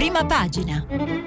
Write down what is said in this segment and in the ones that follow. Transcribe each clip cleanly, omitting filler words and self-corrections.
Prima pagina.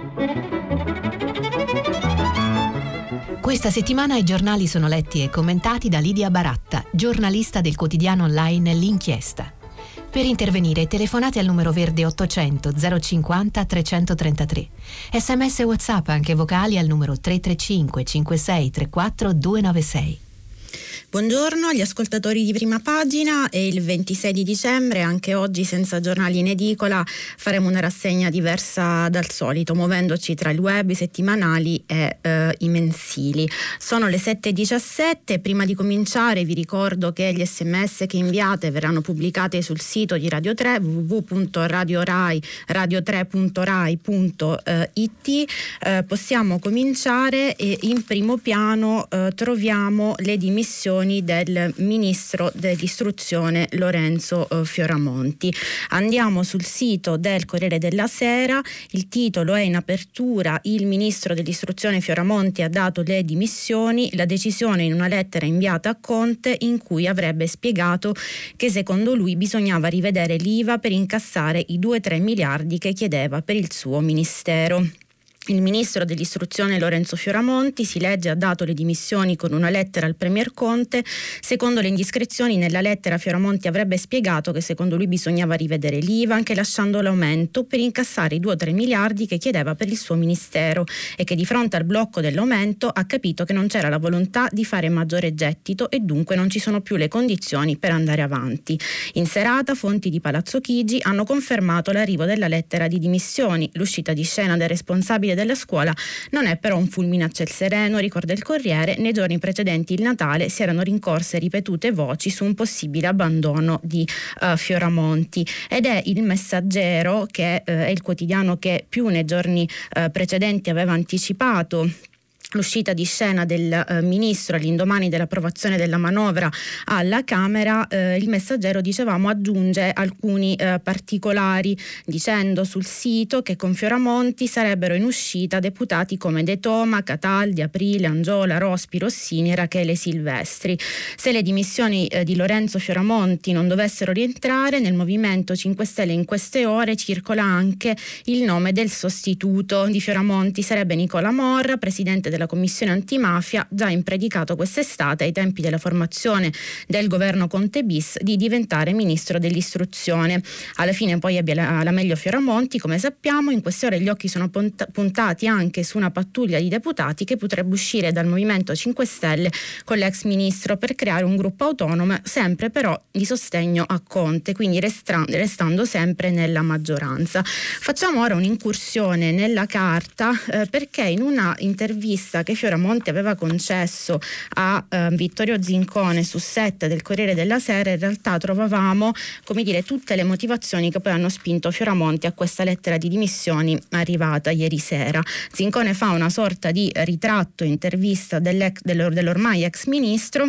Questa settimana i giornali sono letti e commentati da Lidia Baratta, giornalista del quotidiano online L'Inchiesta. Per intervenire telefonate al numero verde 800 050 333. SMS e WhatsApp anche vocali al numero 335 56 34 296. Buongiorno agli ascoltatori di Prima Pagina. È il 26 di dicembre, anche oggi senza giornali in edicola faremo una rassegna diversa dal solito, muovendoci tra il web, i settimanali e i mensili. Sono le 7:17. Prima di cominciare vi ricordo che gli SMS che inviate verranno pubblicati sul sito di Radio 3 www.radio3.rai.it. Possiamo cominciare e in primo piano troviamo le dimissioni del ministro dell'istruzione Lorenzo Fioramonti. Andiamo sul sito del Corriere della Sera, il titolo è: in apertura il ministro dell'istruzione Fioramonti ha dato le dimissioni, la decisione in una lettera inviata a Conte in cui avrebbe spiegato che secondo lui bisognava rivedere l'IVA per incassare i 2-3 miliardi che chiedeva per il suo ministero. Il ministro dell'istruzione Lorenzo Fioramonti, si legge, ha dato le dimissioni con una lettera al premier Conte. Secondo le indiscrezioni nella lettera Fioramonti avrebbe spiegato che secondo lui bisognava rivedere l'IVA anche lasciando l'aumento per incassare i 2-3 miliardi che chiedeva per il suo ministero e che di fronte al blocco dell'aumento ha capito che non c'era la volontà di fare maggiore gettito e dunque non ci sono più le condizioni per andare avanti. In serata fonti di Palazzo Chigi hanno confermato l'arrivo della lettera di dimissioni. L'uscita di scena del responsabile della scuola non è però un fulmine a ciel sereno, ricorda il Corriere. Nei giorni precedenti il Natale si erano rincorse ripetute voci su un possibile abbandono di Fioramonti, ed è il Messaggero, che è il quotidiano che più nei giorni precedenti aveva anticipato l'uscita di scena del ministro all'indomani dell'approvazione della manovra alla Camera. Il Messaggero, dicevamo, aggiunge alcuni particolari dicendo sul sito che con Fioramonti sarebbero in uscita deputati come De Toma, Cataldi, Aprile, Angiola, Rospi, Rossini e Rachele Silvestri. Se le dimissioni di Lorenzo Fioramonti non dovessero rientrare, nel Movimento 5 Stelle in queste ore circola anche il nome del sostituto di Fioramonti. Sarebbe Nicola Morra, presidente della Commissione Antimafia, già impredicato quest'estate ai tempi della formazione del governo Conte bis di diventare ministro dell'istruzione. Alla fine poi ebbe la meglio Fioramonti, come sappiamo. In queste ore gli occhi sono puntati anche su una pattuglia di deputati che potrebbe uscire dal Movimento 5 Stelle con l'ex ministro per creare un gruppo autonomo, sempre però di sostegno a Conte, quindi restando sempre nella maggioranza. Facciamo ora un'incursione nella Carta perché in una intervista che Fioramonti aveva concesso a Vittorio Zincone su set del Corriere della Sera, in realtà trovavamo, come dire, tutte le motivazioni che poi hanno spinto Fioramonti a questa lettera di dimissioni arrivata ieri sera. Zincone fa una sorta di ritratto intervista dell'ormai ex ministro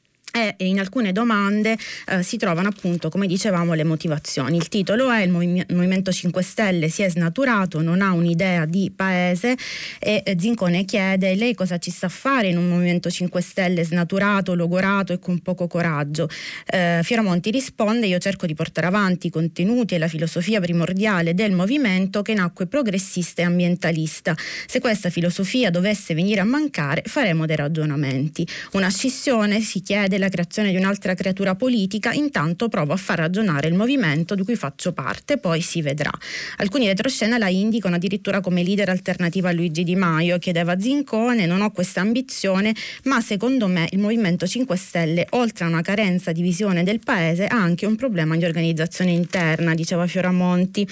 e in alcune domande si trovano appunto, come dicevamo, le motivazioni. Il titolo è: il Movimento 5 Stelle si è snaturato, non ha un'idea di paese, e Zincone chiede: lei cosa ci sta a fare in un Movimento 5 Stelle snaturato, logorato e con poco coraggio? Fioramonti risponde: io cerco di portare avanti i contenuti e la filosofia primordiale del movimento che nacque progressista e ambientalista. Se questa filosofia dovesse venire a mancare faremo dei ragionamenti. Una scissione, si chiede, la creazione di un'altra creatura politica. Intanto provo a far ragionare il movimento di cui faccio parte, poi si vedrà. Alcuni retroscena la indicano addirittura come leader alternativa a Luigi Di Maio. Chiedeva Zincone: non ho questa ambizione, ma secondo me il Movimento 5 Stelle, oltre a una carenza di visione del paese, ha anche un problema di organizzazione interna, diceva Fioramonti.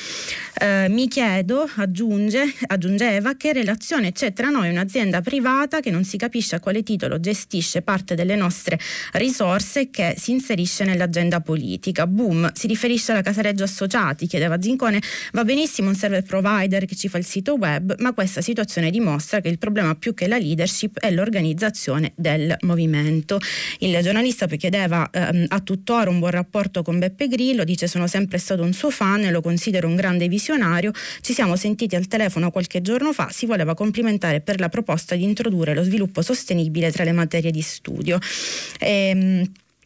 Mi chiedo, aggiungeva, che relazione c'è tra noi e un'azienda privata che non si capisce a quale titolo gestisce parte delle nostre risorse, che si inserisce nell'agenda politica. Boom, si riferisce alla Casareggio Associati, chiedeva Zincone. Va benissimo un server provider che ci fa il sito web, ma questa situazione dimostra che il problema più che la leadership è l'organizzazione del movimento. Il giornalista poi chiedeva: ha tuttora un buon rapporto con Beppe Grillo? Dice: sono sempre stato un suo fan e lo considero un grande visionario. Ci siamo sentiti al telefono qualche giorno fa, si voleva complimentare per la proposta di introdurre lo sviluppo sostenibile tra le materie di studio.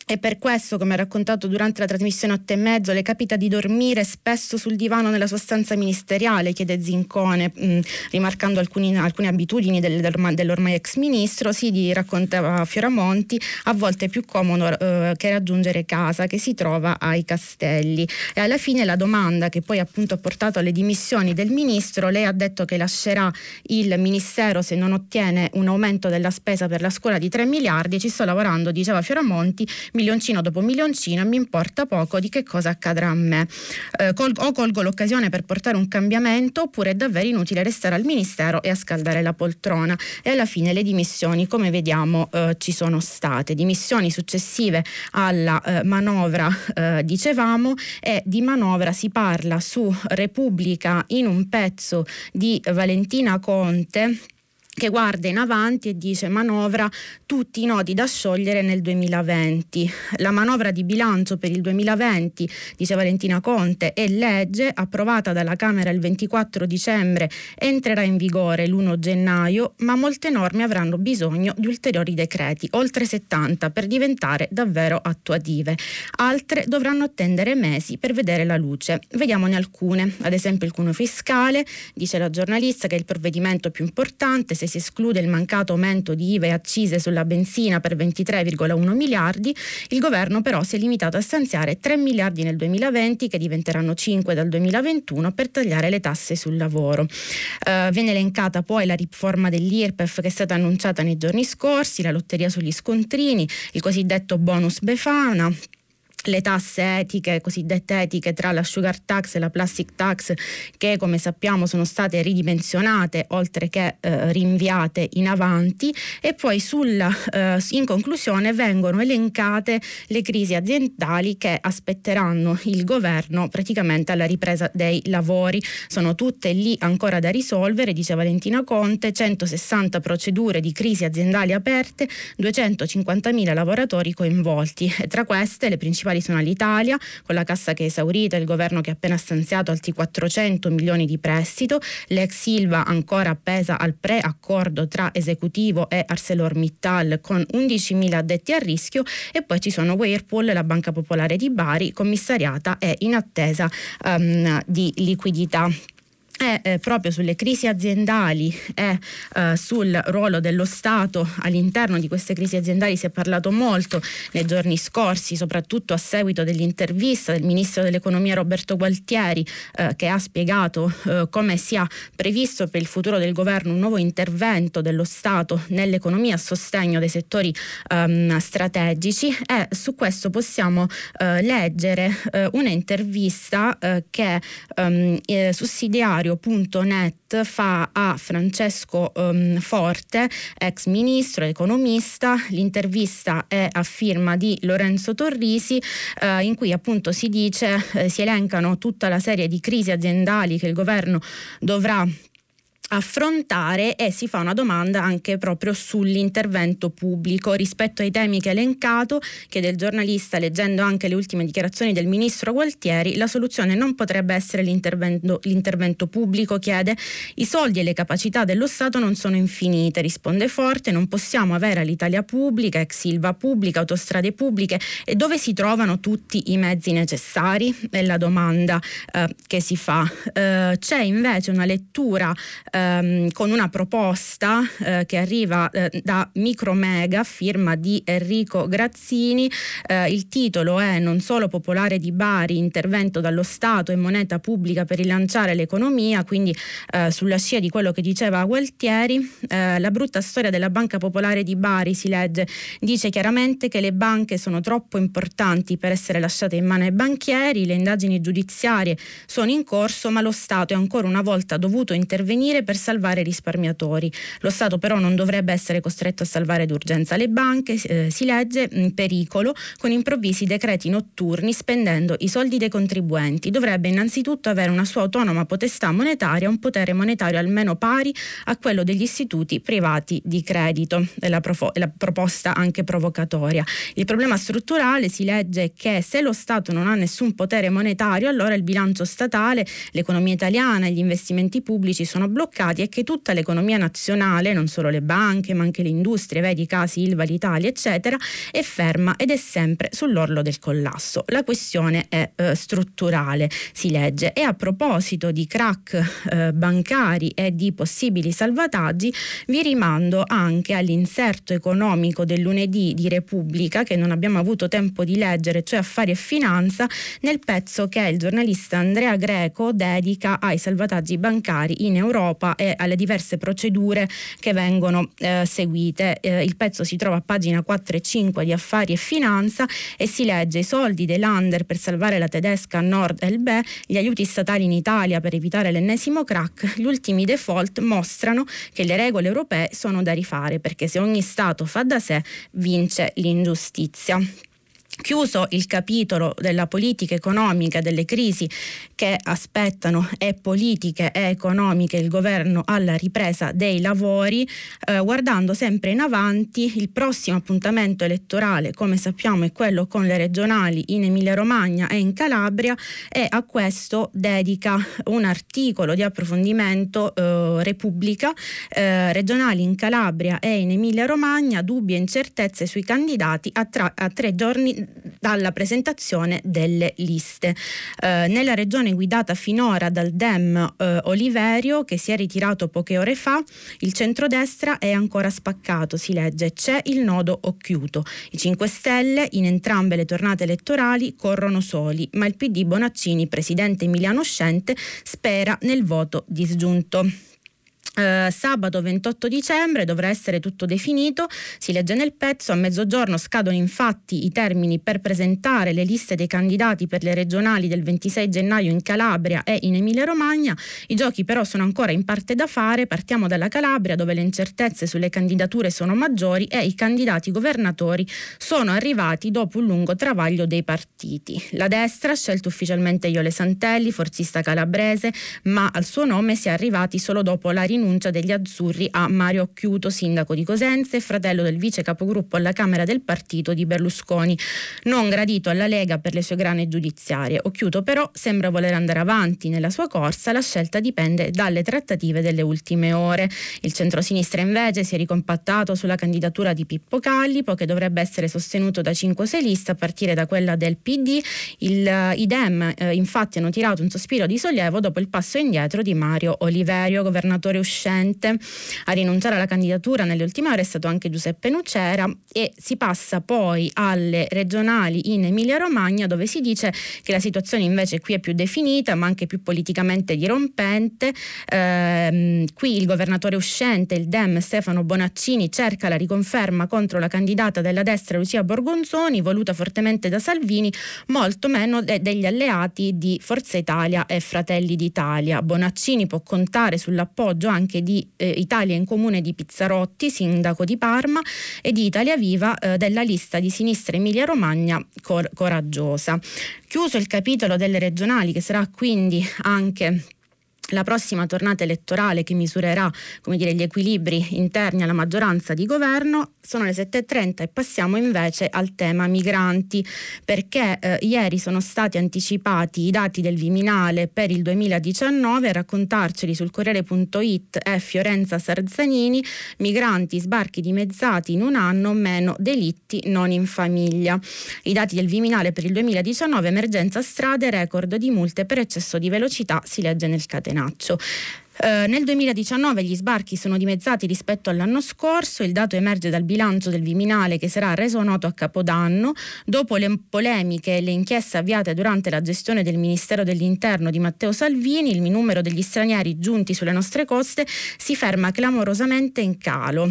E per questo, come ha raccontato durante la trasmissione 8:30, le capita di dormire spesso sul divano nella sua stanza ministeriale, chiede Zincone, rimarcando alcune abitudini dell'ormai ex ministro. Raccontava Fioramonti, a volte è più comodo che raggiungere casa, che si trova ai Castelli. E alla fine la domanda che poi appunto ha portato alle dimissioni del ministro: lei ha detto che lascerà il ministero se non ottiene un aumento della spesa per la scuola di 3 miliardi, ci sto lavorando, diceva Fioramonti, milioncino dopo milioncino, mi importa poco di che cosa accadrà a me. Colgo l'occasione per portare un cambiamento, oppure è davvero inutile restare al ministero e a scaldare la poltrona. E alla fine le dimissioni, come vediamo, ci sono state. Dimissioni successive alla manovra, dicevamo, e di manovra si parla su Repubblica in un pezzo di Valentina Conte, che guarda in avanti e dice: manovra, tutti i nodi da sciogliere nel 2020. La manovra di bilancio per il 2020, dice Valentina Conte, è legge approvata dalla Camera il 24 dicembre, entrerà in vigore l'1 gennaio, ma molte norme avranno bisogno di ulteriori decreti, oltre 70, per diventare davvero attuative. Altre dovranno attendere mesi per vedere la luce. Vediamone alcune. Ad esempio il cuneo fiscale, dice la giornalista, che è il provvedimento più importante. Se si esclude il mancato aumento di IVA e accise sulla benzina per 23,1 miliardi, il governo però si è limitato a stanziare 3 miliardi nel 2020, che diventeranno 5 dal 2021, per tagliare le tasse sul lavoro. Viene elencata poi la riforma dell'IRPEF, che è stata annunciata nei giorni scorsi, la lotteria sugli scontrini, il cosiddetto bonus Befana, le tasse etiche, cosiddette etiche, tra la sugar tax e la plastic tax, che come sappiamo sono state ridimensionate oltre che rinviate in avanti. E poi in conclusione vengono elencate le crisi aziendali che aspetteranno il governo praticamente alla ripresa dei lavori. Sono tutte lì ancora da risolvere, dice Valentina Conte: 160 procedure di crisi aziendali aperte, 250.000 lavoratori coinvolti, e tra queste le principali sono l'Italia, con la cassa che è esaurita, il governo che ha appena stanziato altri 400 milioni di prestito, l'ex Ilva ancora appesa al preaccordo tra esecutivo e ArcelorMittal con 11.000 addetti a rischio, e poi ci sono Whirlpool, la Banca Popolare di Bari, commissariata e in attesa di liquidità. Proprio sulle crisi aziendali e sul ruolo dello Stato all'interno di queste crisi aziendali si è parlato molto nei giorni scorsi, soprattutto a seguito dell'intervista del ministro dell'economia Roberto Gualtieri, che ha spiegato come sia previsto per il futuro del governo un nuovo intervento dello Stato nell'economia a sostegno dei settori strategici. E su questo possiamo leggere una intervista che Sussidiario.net fa a Francesco Forte, ex ministro, economista. L'intervista è a firma di Lorenzo Torrisi, in cui appunto si dice, si elencano tutta la serie di crisi aziendali che il governo dovrà affrontare, e si fa una domanda anche proprio sull'intervento pubblico rispetto ai temi che ha elencato. Chiede il giornalista, leggendo anche le ultime dichiarazioni del ministro Gualtieri: la soluzione non potrebbe essere l'intervento pubblico, chiede. I soldi e le capacità dello Stato non sono infinite, risponde Forte. Non possiamo avere l'Italia pubblica, ex Ilva pubblica, autostrade pubbliche, e dove si trovano tutti i mezzi necessari? È la domanda che si fa. C'è invece una lettura con una proposta che arriva da Micromega, firma di Enrico Grazzini. Il titolo è: non solo Popolare di Bari, intervento dallo Stato e moneta pubblica per rilanciare l'economia. Quindi sulla scia di quello che diceva Gualtieri. La brutta storia della Banca Popolare di Bari, si legge, dice chiaramente che le banche sono troppo importanti per essere lasciate in mano ai banchieri. Le indagini giudiziarie sono in corso, ma lo Stato è ancora una volta dovuto intervenire per salvare i risparmiatori. Lo Stato però non dovrebbe essere costretto a salvare d'urgenza le banche, si legge, in pericolo con improvvisi decreti notturni, spendendo i soldi dei contribuenti. Dovrebbe innanzitutto avere una sua autonoma potestà monetaria, un potere monetario almeno pari a quello degli istituti privati di credito. È la proposta anche provocatoria. Il problema strutturale, si legge, che se lo Stato non ha nessun potere monetario, allora il bilancio statale, l'economia italiana e gli investimenti pubblici sono bloccati bloccati e che tutta l'economia nazionale, non solo le banche ma anche le industrie, vedi i casi Ilva, l'Italia eccetera, è ferma ed è sempre sull'orlo del collasso. La questione è strutturale, si legge, e a proposito di crack bancari e di possibili salvataggi vi rimando anche all'inserto economico del lunedì di Repubblica, che non abbiamo avuto tempo di leggere, cioè Affari e Finanza, nel pezzo che il giornalista Andrea Greco dedica ai salvataggi bancari in Europa e alle diverse procedure che vengono seguite. Il pezzo si trova a pagina 4 e 5 di Affari e Finanza e si legge: i soldi dei Länder per salvare la tedesca Nord LB, gli aiuti statali in Italia per evitare l'ennesimo crack, gli ultimi default mostrano che le regole europee sono da rifare, perché se ogni Stato fa da sé vince l'ingiustizia. Chiuso il capitolo della politica economica, delle crisi che aspettano e politiche e economiche il governo alla ripresa dei lavori, guardando sempre in avanti, il prossimo appuntamento elettorale, come sappiamo, è quello con le regionali in Emilia-Romagna e in Calabria, e a questo dedica un articolo di approfondimento Repubblica, regionali in Calabria e in Emilia-Romagna, dubbi e incertezze sui candidati a 3 giorni dalla presentazione delle liste. Nella regione guidata finora dal Dem Oliverio, che si è ritirato poche ore fa, il centrodestra è ancora spaccato, si legge, c'è il nodo occhiuto. I 5 Stelle in entrambe le tornate elettorali corrono soli, ma il PD Bonaccini, presidente emiliano uscente, spera nel voto disgiunto. Sabato 28 dicembre dovrà essere tutto definito, si legge nel pezzo. A mezzogiorno scadono infatti i termini per presentare le liste dei candidati per le regionali del 26 gennaio in Calabria e in Emilia Romagna. I giochi però sono ancora in parte da fare. Partiamo dalla Calabria, dove le incertezze sulle candidature sono maggiori e i candidati governatori sono arrivati dopo un lungo travaglio dei partiti. La destra ha scelto ufficialmente Iole Santelli, forzista calabrese, ma al suo nome si è arrivati solo dopo la rinuncia degli azzurri a Mario Occhiuto, sindaco di Cosenza e fratello del vice capogruppo alla Camera del partito di Berlusconi, non gradito alla Lega per le sue grane giudiziarie. Occhiuto però sembra voler andare avanti nella sua corsa, la scelta dipende dalle trattative delle ultime ore. Il centrosinistra invece si è ricompattato sulla candidatura di Pippo Callipo, che dovrebbe essere sostenuto da 5-6 liste a partire da quella del PD. I Dem infatti hanno tirato un sospiro di sollievo dopo il passo indietro di Mario Oliverio, governatore uscente. A rinunciare alla candidatura nelle ultime ore è stato anche Giuseppe Nucera, e si passa poi alle regionali in Emilia Romagna, dove si dice che la situazione invece qui è più definita ma anche più politicamente dirompente. Qui il governatore uscente, il Dem Stefano Bonaccini, cerca la riconferma contro la candidata della destra Lucia Borgonzoni, voluta fortemente da Salvini, molto meno degli alleati di Forza Italia e Fratelli d'Italia. Bonaccini può contare sull'appoggio anche di Italia in Comune di Pizzarotti, sindaco di Parma, e di Italia Viva della lista di sinistra Emilia Romagna Coraggiosa. Chiuso il capitolo delle regionali, che sarà quindi anche la prossima tornata elettorale che misurerà, come dire, gli equilibri interni alla maggioranza di governo, sono le 7:30 e passiamo invece al tema migranti, perché ieri sono stati anticipati i dati del Viminale per il 2019. A raccontarceli sul Corriere.it è Fiorenza Sarzanini: migranti, sbarchi dimezzati in un anno, meno delitti non in famiglia. I dati del Viminale per il 2019: emergenza strade, record di multe per eccesso di velocità, si legge nel catenario. Nel 2019 gli sbarchi sono dimezzati rispetto all'anno scorso. Il dato emerge dal bilancio del Viminale, che sarà reso noto a Capodanno. Dopo le polemiche e le inchieste avviate durante la gestione del Ministero dell'Interno di Matteo Salvini, il numero degli stranieri giunti sulle nostre coste si conferma clamorosamente in calo,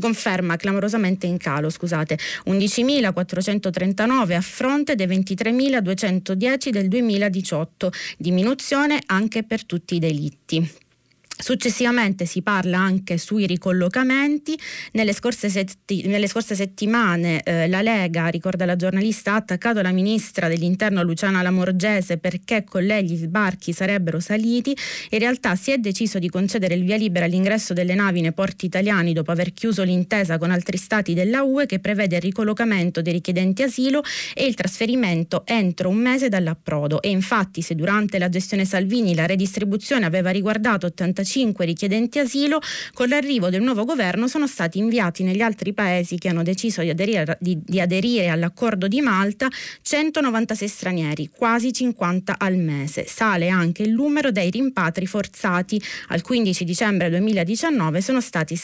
11.439 a fronte dei 23.210 del 2018, diminuzione anche per tutti i delitti. Successivamente si parla anche sui ricollocamenti. Nelle scorse settimane la Lega, ricorda la giornalista, ha attaccato la ministra dell'Interno Luciana Lamorgese perché con lei gli sbarchi sarebbero saliti. In realtà si è deciso di concedere il via libera all'ingresso delle navi nei porti italiani dopo aver chiuso l'intesa con altri stati della UE, che prevede il ricollocamento dei richiedenti asilo e il trasferimento entro un mese dall'approdo. E infatti, se durante la gestione Salvini la redistribuzione aveva riguardato 85 185 richiedenti asilo. Con l'arrivo del nuovo governo sono stati inviati negli altri paesi che hanno deciso di aderire all'accordo di Malta 196 stranieri, quasi 50 al mese. Sale anche il numero dei rimpatri forzati. Al 15 dicembre 2019 sono stati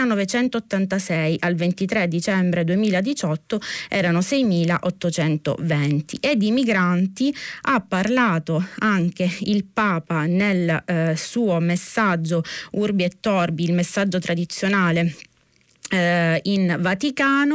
6.986, al 23 dicembre 2018 erano 6.820. E di migranti ha parlato anche il Papa nel suo messaggio Urbi et Orbi, il messaggio tradizionale in Vaticano.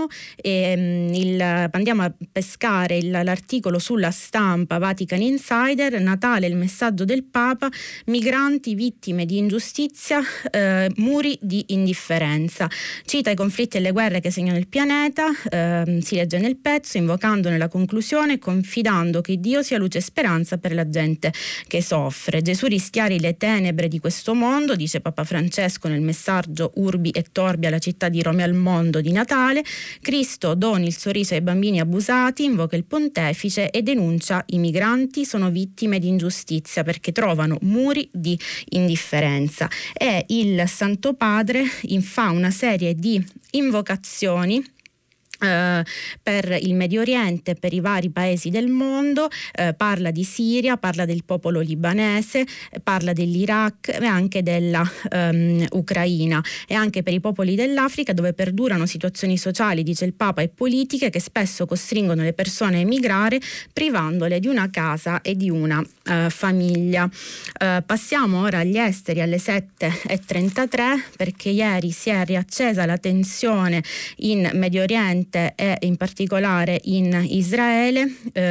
Andiamo a pescare l'articolo sulla Stampa, Vatican Insider. Natale, il messaggio del Papa: migranti vittime di ingiustizia, muri di indifferenza. Cita i conflitti e le guerre che segnano il pianeta, si legge nel pezzo, invocandone la conclusione e confidando che Dio sia luce e speranza per la gente che soffre. Gesù rischiari le tenebre di questo mondo, dice Papa Francesco nel messaggio Urbi et Orbi alla città di Roma e al mondo di Natale. Cristo doni il sorriso ai bambini abusati, invoca il pontefice e denuncia: i migranti sono vittime di ingiustizia perché trovano muri di indifferenza. E il Santo Padre fa una serie di invocazioni per il Medio Oriente, per i vari paesi del mondo, parla di Siria, parla del popolo libanese, parla dell'Iraq e anche della Ucraina, e anche per i popoli dell'Africa, dove perdurano situazioni sociali, dice il Papa, e politiche che spesso costringono le persone a emigrare, privandole di una casa e di una famiglia. Passiamo ora agli esteri alle 7:33, perché ieri si è riaccesa la tensione in Medio Oriente e in particolare in Israele.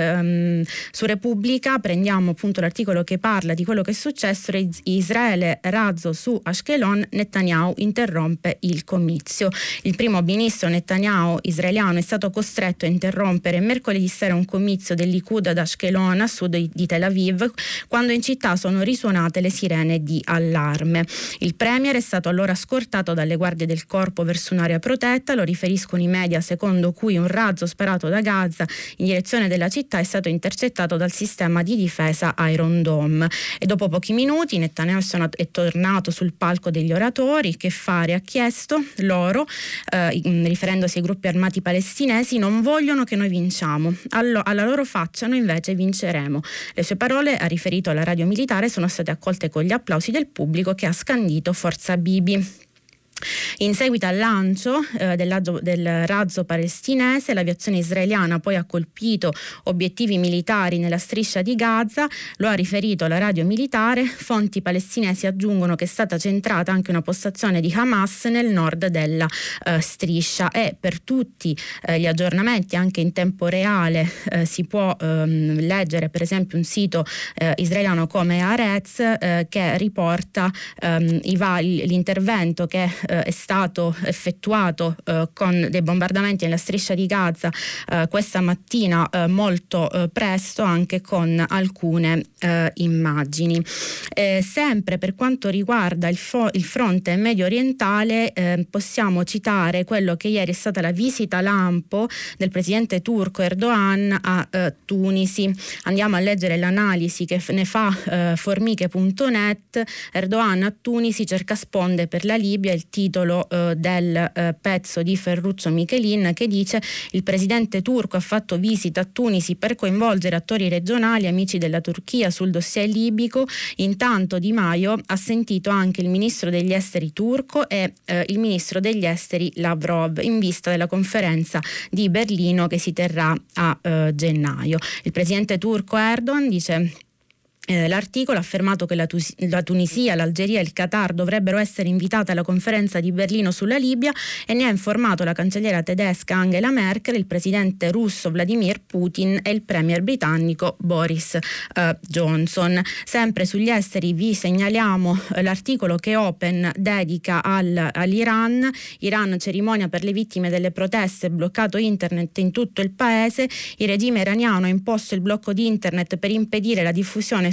Su Repubblica prendiamo appunto l'articolo che parla di quello che è successo. Israele, razzo su Ashkelon, Netanyahu interrompe il comizio. Il primo ministro Netanyahu israeliano è stato costretto a interrompere mercoledì sera un comizio del Likud ad Ashkelon, a sud di Tel Aviv, quando in città sono risuonate le sirene di allarme. Il premier è stato allora scortato dalle guardie del corpo verso un'area protetta. Lo riferiscono i media, secondo cui un razzo sparato da Gaza in direzione della città è stato intercettato dal sistema di difesa Iron Dome. E dopo pochi minuti Netanyahu è tornato sul palco degli oratori. Che fare? Ha chiesto loro, riferendosi ai gruppi armati palestinesi: non vogliono che noi vinciamo, alla loro faccia noi invece vinceremo. Le sue parole, ha riferito alla radio militare, sono state accolte con gli applausi del pubblico, che ha scandito Forza Bibi. In seguito al lancio del razzo palestinese, l'aviazione israeliana poi ha colpito obiettivi militari nella striscia di Gaza. Lo ha riferito la radio militare. Fonti palestinesi aggiungono che è stata centrata anche una postazione di Hamas nel nord della striscia. E per tutti gli aggiornamenti anche in tempo reale si può leggere per esempio un sito israeliano come Haaretz, che riporta l'intervento che è stato effettuato con dei bombardamenti nella striscia di Gaza questa mattina molto presto, anche con alcune immagini. Sempre per quanto riguarda il fronte medio orientale, possiamo citare quello che ieri è stata la visita lampo del presidente turco Erdogan a Tunisi. Andiamo a leggere l'analisi che ne fa formiche.net. Erdogan a Tunisi cerca sponde per la Libia, il titolo del pezzo di Ferruccio Michelin, che dice: il presidente turco ha fatto visita a Tunisi per coinvolgere attori regionali amici della Turchia sul dossier libico. Intanto Di Maio ha sentito anche il ministro degli esteri turco e il ministro degli esteri Lavrov in vista della conferenza di Berlino che si terrà a gennaio. Il presidente turco Erdogan, dice l'articolo, ha affermato che la Tunisia, l'Algeria e il Qatar dovrebbero essere invitate alla conferenza di Berlino sulla Libia, e ne ha informato la cancelliera tedesca Angela Merkel, il presidente russo Vladimir Putin e il premier britannico Boris Johnson. Sempre sugli esteri vi segnaliamo l'articolo che Open dedica all'Iran. Iran, cerimonia per le vittime delle proteste, bloccato internet in tutto il paese. Il regime iraniano ha imposto il blocco di internet per impedire la diffusione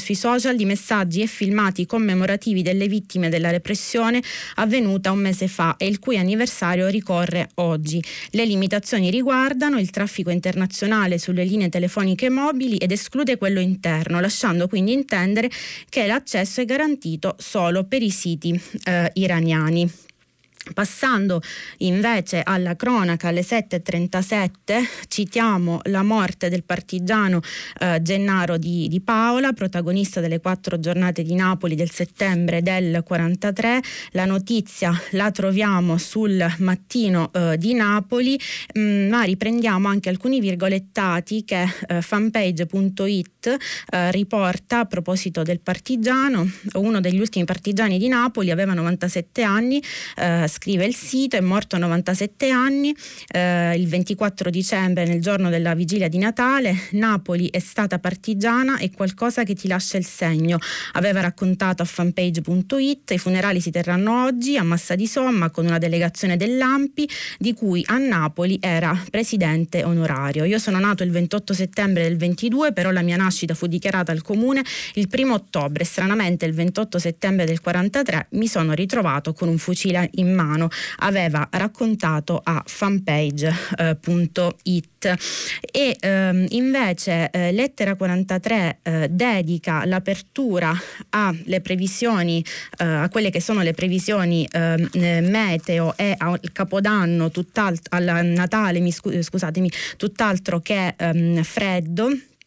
sui social di messaggi e filmati commemorativi delle vittime della repressione avvenuta un mese fa e il cui anniversario ricorre oggi. Le limitazioni riguardano il traffico internazionale sulle linee telefoniche mobili ed esclude quello interno, lasciando quindi intendere che l'accesso è garantito solo per i siti iraniani. Passando invece alla cronaca, alle 7.37 citiamo la morte del partigiano Gennaro Di Paola, protagonista delle 4 giornate di Napoli del settembre del 43. La notizia la troviamo sul Mattino di Napoli, ma riprendiamo anche alcuni virgolettati che fanpage.it riporta a proposito del partigiano. Uno degli ultimi partigiani di Napoli aveva 97 anni, scrive il sito, è morto a 97 anni il 24 dicembre, nel giorno della vigilia di Natale. Napoli è stata partigiana, è qualcosa che ti lascia il segno, aveva raccontato a fanpage.it. I funerali si terranno oggi a Massa di Somma con una delegazione dell'ANPI di cui a Napoli era presidente onorario. Io sono nato il 28 settembre del 22, però la mia nascita fu dichiarata al comune il 1 ottobre. Stranamente il 28 settembre del 43 mi sono ritrovato con un fucile in mano, aveva raccontato a fanpage.it. E invece Lettera 43 dedica l'apertura alle previsioni, a quelle che sono le previsioni meteo e al Capodanno, al Natale, tutt'altro che freddo.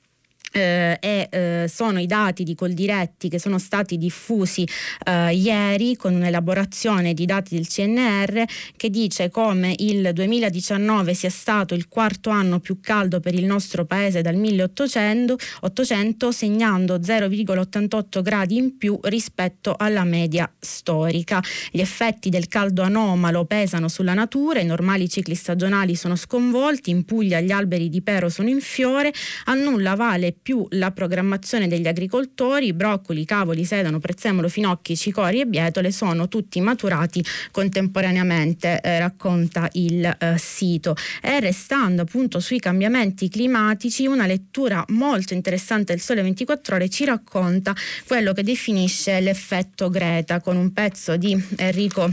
Sono i dati di Coldiretti che sono stati diffusi ieri, con un'elaborazione di dati del CNR che dice come il 2019 sia stato il 4º anno più caldo per il nostro paese dal 1800, segnando 0,88 gradi in più rispetto alla media storica. Gli effetti del caldo anomalo pesano sulla natura, i normali cicli stagionali sono sconvolti, in Puglia gli alberi di pero sono in fiore, a nulla vale più la programmazione degli agricoltori, broccoli, cavoli, sedano, prezzemolo, finocchi, cicori e bietole sono tutti maturati contemporaneamente, racconta il sito. E restando appunto sui cambiamenti climatici, una lettura molto interessante del Sole 24 Ore ci racconta quello che definisce l'effetto Greta, con un pezzo di Enrico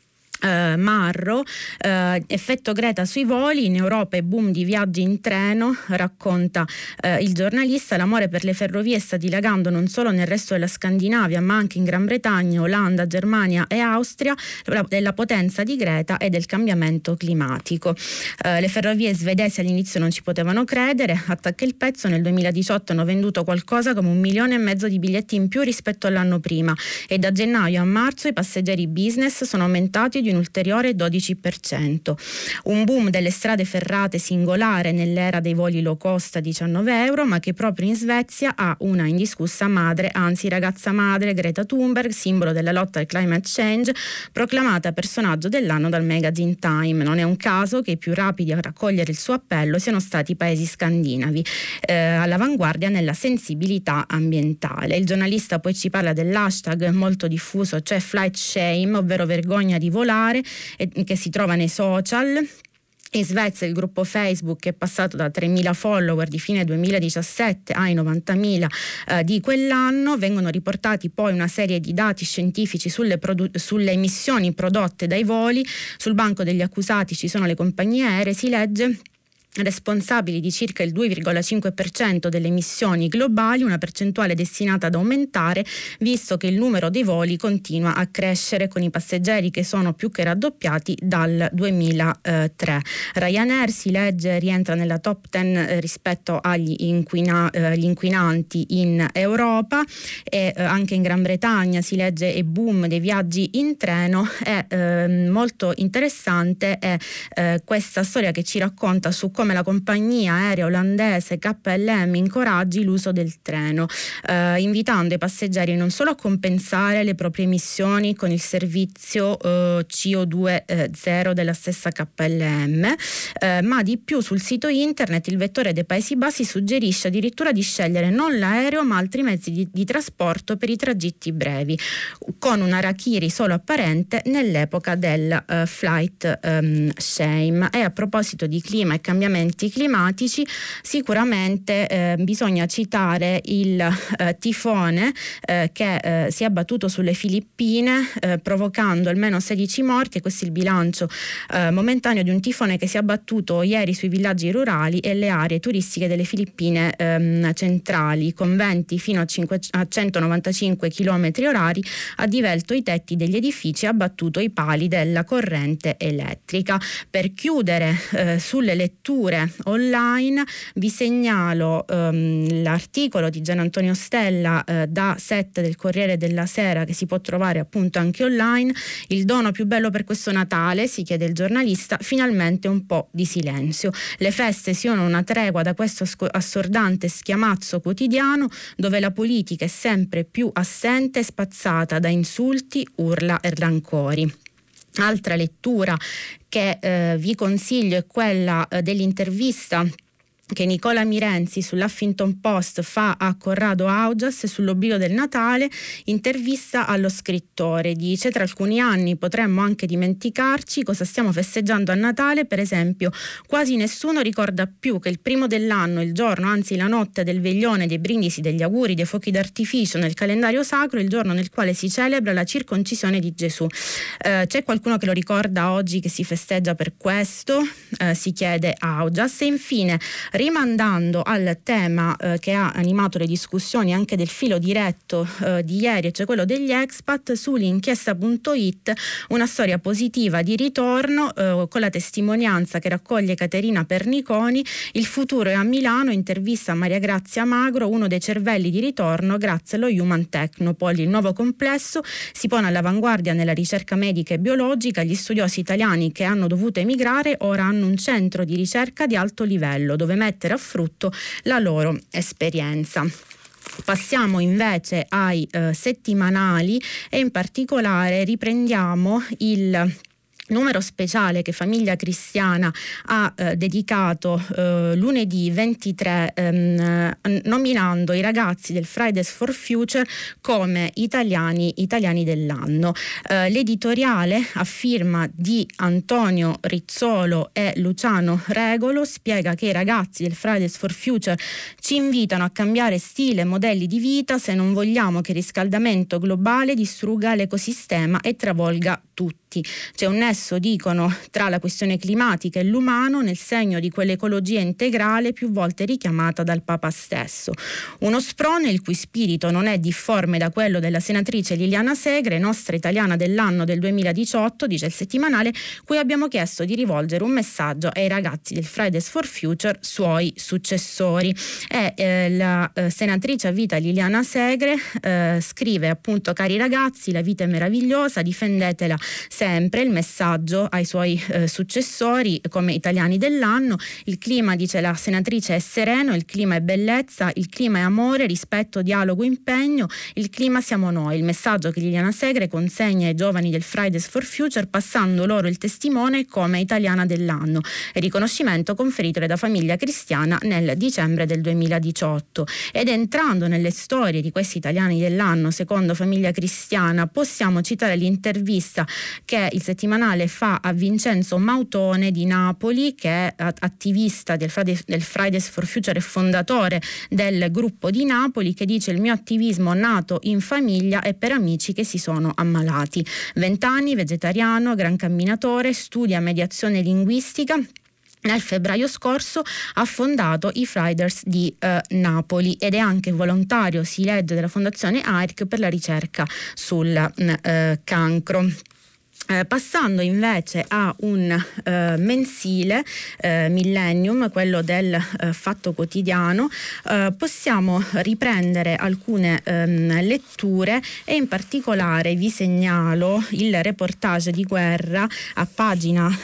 Marro. Effetto Greta sui voli, in Europa e boom di viaggi in treno, racconta il giornalista. L'amore per le ferrovie sta dilagando non solo nel resto della Scandinavia ma anche in Gran Bretagna, Olanda, Germania e Austria, della potenza di Greta e del cambiamento climatico. Le ferrovie svedesi all'inizio non ci potevano credere, attacca il pezzo. Nel 2018 hanno venduto qualcosa come 1,5 milioni di biglietti in più rispetto all'anno prima e da gennaio a marzo i passeggeri business sono aumentati di un ulteriore 12%. Un boom delle strade ferrate singolare nell'era dei voli low cost a 19 euro, ma che proprio in Svezia ha una indiscussa madre, anzi ragazza madre, Greta Thunberg, simbolo della lotta al climate change, proclamata personaggio dell'anno dal magazine Time. Non è un caso che i più rapidi a raccogliere il suo appello siano stati i paesi scandinavi, all'avanguardia nella sensibilità ambientale. Il giornalista poi ci parla dell'hashtag molto diffuso, cioè flight shame, ovvero vergogna di volare, che si trova nei social. In Svezia il gruppo Facebook è passato da 3.000 follower di fine 2017 ai 90.000 di quell'anno. Vengono riportati poi una serie di dati scientifici sulle emissioni prodotte dai voli. Sul banco degli accusati ci sono le compagnie aeree, si legge, responsabili di circa il 2,5% delle emissioni globali, una percentuale destinata ad aumentare visto che il numero dei voli continua a crescere, con i passeggeri che sono più che raddoppiati dal 2003. Ryanair, si legge, rientra nella top 10 rispetto agli inquinanti in Europa, e anche in Gran Bretagna si legge e boom dei viaggi in treno. È molto interessante questa storia che ci racconta su come la compagnia aerea olandese KLM incoraggi l'uso del treno, invitando i passeggeri non solo a compensare le proprie emissioni con il servizio CO2 zero della stessa KLM, ma di più sul sito internet il vettore dei Paesi Bassi suggerisce addirittura di scegliere non l'aereo ma altri mezzi di trasporto per i tragitti brevi, con un harakiri solo apparente nell'epoca del flight shame. E a proposito di clima e cambiamento cambiamenti climatici. Sicuramente bisogna citare il tifone che si è abbattuto sulle Filippine, provocando almeno 16 morti, e questo è il bilancio momentaneo di un tifone che si è abbattuto ieri sui villaggi rurali e le aree turistiche delle Filippine centrali, con venti fino a 195 km/h, ha divelto i tetti degli edifici e abbattuto i pali della corrente elettrica. Per chiudere sulle letture online vi segnalo l'articolo di Gian Antonio Stella da 7 del Corriere della Sera, che si può trovare appunto anche online. Il dono più bello per questo Natale, si chiede il giornalista, finalmente un po' di silenzio. Le feste siano una tregua da questo assordante schiamazzo quotidiano dove la politica è sempre più assente e spazzata da insulti, urla e rancori. Altra lettura che vi consiglio è quella dell'intervista che Nicola Mirenzi sull'Huffington Post fa a Corrado Augias sull'oblio del Natale. Intervista allo scrittore, dice: tra alcuni anni potremmo anche dimenticarci cosa stiamo festeggiando a Natale. Per esempio, quasi nessuno ricorda più che il primo dell'anno, il giorno, anzi la notte del veglione, dei brindisi, degli auguri, dei fuochi d'artificio nel calendario sacro, il giorno nel quale si celebra la circoncisione di Gesù. C'è qualcuno che lo ricorda oggi, che si festeggia per questo? Si chiede Augias. E infine, rimandando al tema che ha animato le discussioni anche del filo diretto di ieri, cioè quello degli expat, sull'inchiesta.it una storia positiva di ritorno con la testimonianza che raccoglie Caterina Perniconi. Il futuro è a Milano, intervista a Maria Grazia Magro, uno dei cervelli di ritorno grazie allo Human Technopole. Il nuovo complesso si pone all'avanguardia nella ricerca medica e biologica. Gli studiosi italiani che hanno dovuto emigrare ora hanno un centro di ricerca di alto livello dove mettere a frutto la loro esperienza. Passiamo invece ai settimanali e in particolare riprendiamo il numero speciale che Famiglia Cristiana ha dedicato lunedì 23 nominando i ragazzi del Fridays for Future come italiani dell'anno. L'editoriale a firma di Antonio Rizzolo e Luciano Regolo spiega che i ragazzi del Fridays for Future ci invitano a cambiare stile e modelli di vita se non vogliamo che il riscaldamento globale distrugga l'ecosistema e travolga tutti. C'è un nesso, dicono, tra la questione climatica e l'umano nel segno di quell'ecologia integrale più volte richiamata dal Papa stesso. Uno sprone il cui spirito non è difforme da quello della senatrice Liliana Segre, nostra italiana dell'anno del 2018, dice il settimanale, cui abbiamo chiesto di rivolgere un messaggio ai ragazzi del Fridays for Future, suoi successori. La senatrice a vita Liliana Segre scrive appunto: cari ragazzi, la vita è meravigliosa, difendetela sempre. Il messaggio ai suoi successori come italiani dell'anno: il clima, dice la senatrice, è sereno, il clima è bellezza, il clima è amore, rispetto, dialogo, impegno, il clima siamo noi. Il messaggio che Liliana Segre consegna ai giovani del Fridays for Future, passando loro il testimone come italiana dell'anno e riconoscimento conferitole da Famiglia Cristiana nel dicembre del 2018. Ed entrando nelle storie di questi italiani dell'anno secondo Famiglia Cristiana, possiamo citare l'intervista che il settimanale fa a Vincenzo Mautone di Napoli, che è attivista del Fridays for Future e fondatore del gruppo di Napoli, che dice: il mio attivismo nato in famiglia e per amici che si sono ammalati. 20 anni, vegetariano, gran camminatore, studia mediazione linguistica. Nel febbraio scorso ha fondato i Fridays di Napoli ed è anche volontario, si legge, della Fondazione AIRC per la ricerca sul cancro. Passando invece a un mensile, Millennium, quello del Fatto Quotidiano, possiamo riprendere alcune letture e in particolare vi segnalo il reportage di guerra a pagina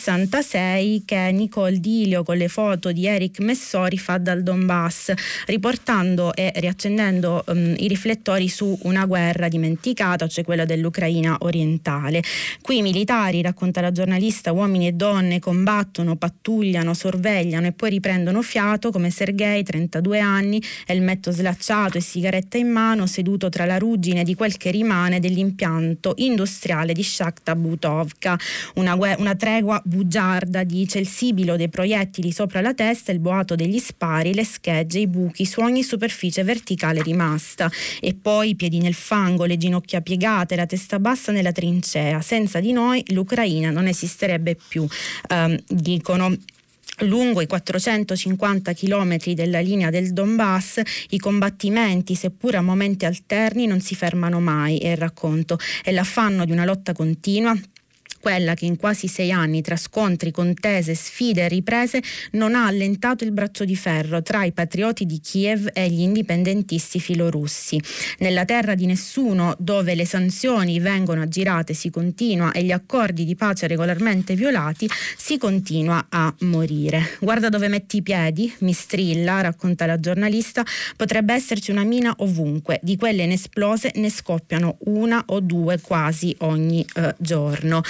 66 che Nicole Dilio con le foto di Eric Messori fa dal Donbass, riportando e riaccendendo i riflettori su una guerra dimenticata, cioè quella dell'Ucraina orientale. Qui i militari, racconta la giornalista, uomini e donne, combattono, pattugliano, sorvegliano e poi riprendono fiato, come Sergei, 32 anni, elmetto slacciato e sigaretta in mano, seduto tra la ruggine di quel che rimane dell'impianto industriale di Shakhta-Butovka. Una tregua bugiarda, dice, il sibilo dei proiettili sopra la testa, il boato degli spari, le schegge, i buchi su ogni superficie verticale rimasta, e poi i piedi nel fango, le ginocchia piegate, la testa bassa nella trincea. Senza di noi l'Ucraina non esisterebbe più, dicono. Lungo i 450 chilometri della linea del Donbass i combattimenti, seppur a momenti alterni, non si fermano mai, è il racconto. È l'affanno di una lotta continua, quella che in quasi 6 anni, tra scontri, contese, sfide e riprese, non ha allentato il braccio di ferro tra i patrioti di Kiev e gli indipendentisti filorussi. Nella terra di nessuno, dove le sanzioni vengono aggirate, si continua, e gli accordi di pace regolarmente violati, si continua a morire. Guarda dove metti i piedi, mi strilla, racconta la giornalista, potrebbe esserci una mina ovunque, di quelle inesplose ne scoppiano una o due quasi ogni giorno.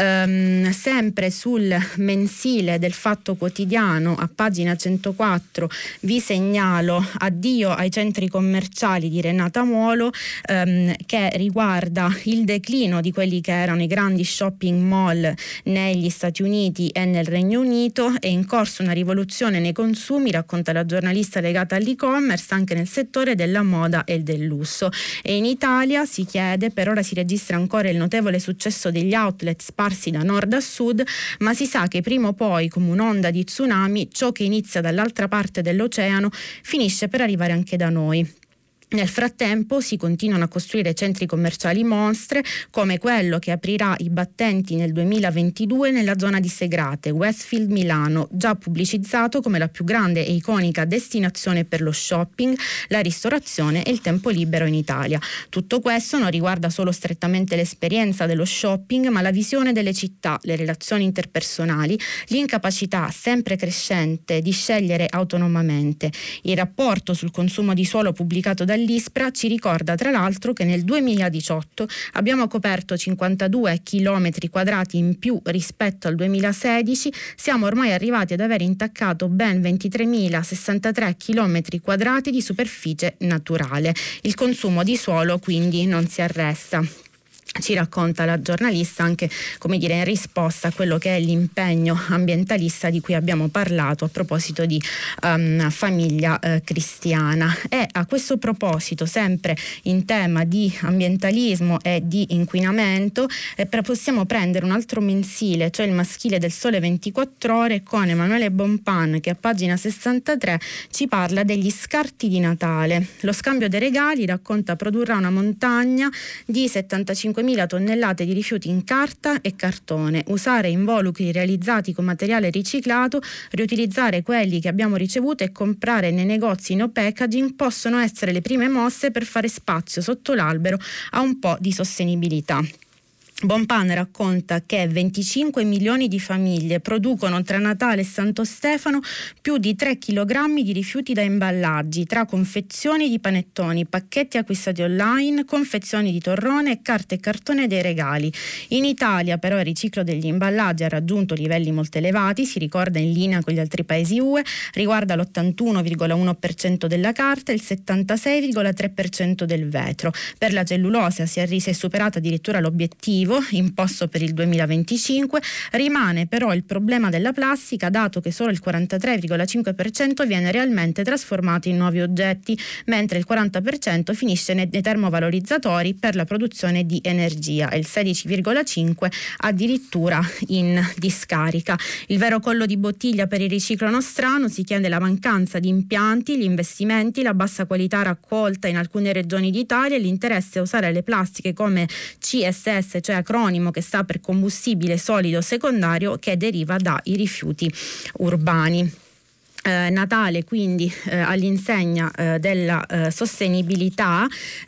Sempre sul mensile del Fatto Quotidiano, a pagina 104, vi segnalo Addio ai centri commerciali di Renata Muolo, che riguarda il declino di quelli che erano i grandi shopping mall negli Stati Uniti e nel Regno Unito. È in corso una rivoluzione nei consumi, racconta la giornalista, legata all'e-commerce anche nel settore della moda e del lusso. E in Italia, si chiede, per ora si registra ancora il notevole successo degli outlet sparsi da nord a sud, ma si sa che prima o poi, come un'onda di tsunami, ciò che inizia dall'altra parte dell'oceano finisce per arrivare anche da noi. Nel frattempo si continuano a costruire centri commerciali monstre, come quello che aprirà i battenti nel 2022 nella zona di Segrate, Westfield Milano, già pubblicizzato come la più grande e iconica destinazione per lo shopping, la ristorazione e il tempo libero in Italia. Tutto questo non riguarda solo strettamente l'esperienza dello shopping, ma la visione delle città, le relazioni interpersonali, l'incapacità sempre crescente di scegliere autonomamente. Il rapporto sul consumo di suolo pubblicato dall'ISPRA ci ricorda tra l'altro che nel 2018 abbiamo coperto 52 chilometri quadrati in più rispetto al 2016, siamo ormai arrivati ad aver intaccato ben 23.063 chilometri quadrati di superficie naturale. Il consumo di suolo quindi non si arresta. Ci racconta la giornalista anche, come dire, in risposta a quello che è l'impegno ambientalista di cui abbiamo parlato a proposito di famiglia cristiana. E a questo proposito, sempre in tema di ambientalismo e di inquinamento, possiamo prendere un altro mensile, cioè il maschile del Sole 24 Ore, con Emanuele Bonpan, che a pagina 63 ci parla degli scarti di Natale. Lo scambio dei regali, racconta, produrrà una montagna di 75.000 tonnellate di rifiuti in carta e cartone. Usare involucri realizzati con materiale riciclato, riutilizzare quelli che abbiamo ricevuto e comprare nei negozi no packaging possono essere le prime mosse per fare spazio sotto l'albero a un po' di sostenibilità. Bonpan racconta che 25 milioni di famiglie producono tra Natale e Santo Stefano più di 3 kg di rifiuti da imballaggi, tra confezioni di panettoni, pacchetti acquistati online, confezioni di torrone e carte e cartone dei regali. In Italia però il riciclo degli imballaggi ha raggiunto livelli molto elevati, si ricorda in linea con gli altri paesi UE, riguarda l'81,1% della carta e il 76,3% del vetro. Per la cellulosa si è superata addirittura l'obiettivo imposto per il 2025, rimane però il problema della plastica, dato che solo il 43,5% viene realmente trasformato in nuovi oggetti, mentre il 40% finisce nei termovalorizzatori per la produzione di energia e il 16,5% addirittura in discarica. Il vero collo di bottiglia per il riciclo nostrano, si chiede, la mancanza di impianti, gli investimenti, la bassa qualità raccolta in alcune regioni d'Italia e l'interesse a usare le plastiche come CSS, cioè acronimo che sta per combustibile solido secondario, che deriva dai rifiuti urbani. Natale quindi all'insegna della sostenibilità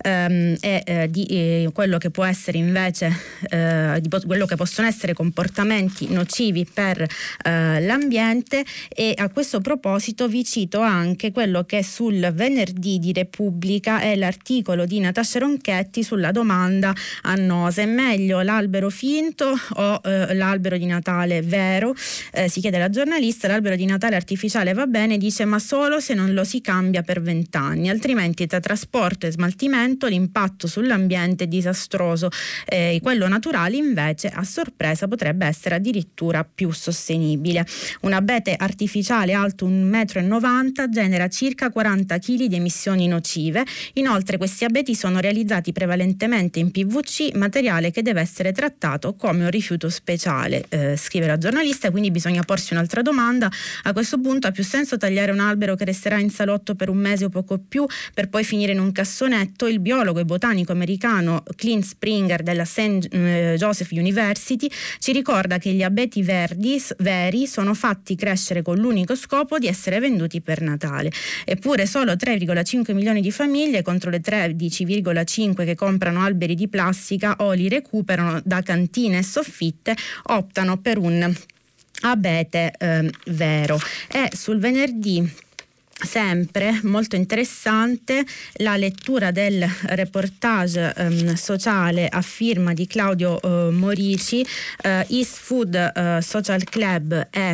e di quello che può essere invece di quello che possono essere comportamenti nocivi per l'ambiente. E a questo proposito vi cito anche quello che sul venerdì di Repubblica è l'articolo di Natascia Ronchetti sulla domanda annosa: è meglio l'albero finto o l'albero di Natale vero? Si chiede la giornalista. L'albero di Natale artificiale va bene, dice, ma solo se non lo si cambia per 20 anni, altrimenti tra trasporto e smaltimento l'impatto sull'ambiente è disastroso. Quello naturale invece a sorpresa potrebbe essere addirittura più sostenibile. Un abete artificiale alto 1,90 m genera circa 40 kg di emissioni nocive. Inoltre questi abeti sono realizzati prevalentemente in PVC, materiale che deve essere trattato come un rifiuto speciale, scrive la giornalista. Quindi bisogna porsi un'altra domanda: a questo punto ha più senso tagliare un albero che resterà in salotto per un mese o poco più per poi finire in un cassonetto? Il biologo e botanico americano Clint Springer della St. Joseph University ci ricorda che gli abeti veri sono fatti crescere con l'unico scopo di essere venduti per Natale. Eppure solo 3,5 milioni di famiglie contro le 13,5 che comprano alberi di plastica o li recuperano da cantine e soffitte optano per un abete vero. E sul venerdì, sempre molto interessante, la lettura del reportage sociale a firma di Claudio Morici. East Food Social Club è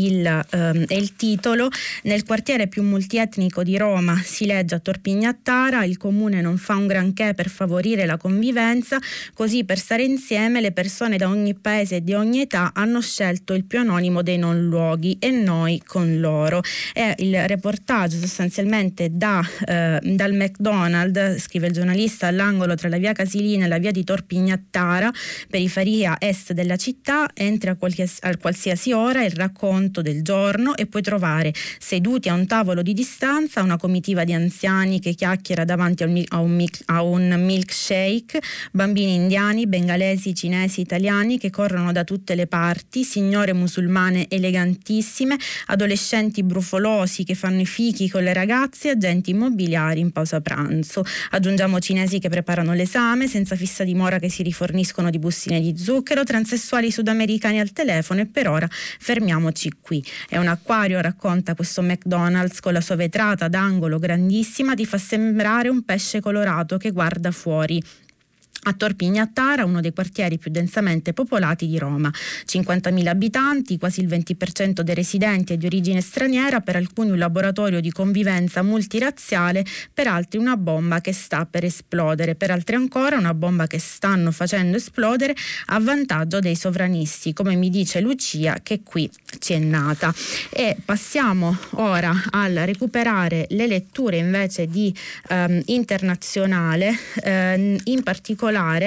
il titolo. Nel quartiere più multietnico di Roma, si legge a Torpignattara, il comune non fa un granché per favorire la convivenza, così per stare insieme le persone da ogni paese e di ogni età hanno scelto il più anonimo dei non luoghi e noi con loro. È il reportage sostanzialmente dal McDonald's, scrive il giornalista, all'angolo tra la via Casilina e la via di Torpignattara, periferia est della città. Entri a qualsiasi ora, il racconto del giorno, e puoi trovare seduti a un tavolo di distanza una comitiva di anziani che chiacchiera davanti a un milkshake, bambini indiani, bengalesi, cinesi, italiani che corrono da tutte le parti, signore musulmane elegantissime, adolescenti brufolosi che fanno i fichi con le ragazze, agenti immobiliari in pausa pranzo. Aggiungiamo cinesi che preparano l'esame, senza fissa dimora che si riforniscono di bustine di zucchero, transessuali sudamericani al telefono, e per ora fermiamoci qui. È un acquario, racconta questo McDonald's, con la sua vetrata d'angolo grandissima, ti fa sembrare un pesce colorato che guarda fuori. A Torpignattara, uno dei quartieri più densamente popolati di Roma. 50.000 abitanti, quasi il 20% dei residenti è di origine straniera, per alcuni un laboratorio di convivenza multirazziale, per altri una bomba che sta per esplodere, per altri ancora una bomba che stanno facendo esplodere a vantaggio dei sovranisti, come mi dice Lucia che qui ci è nata. E passiamo ora al recuperare le letture invece di internazionale, in particolare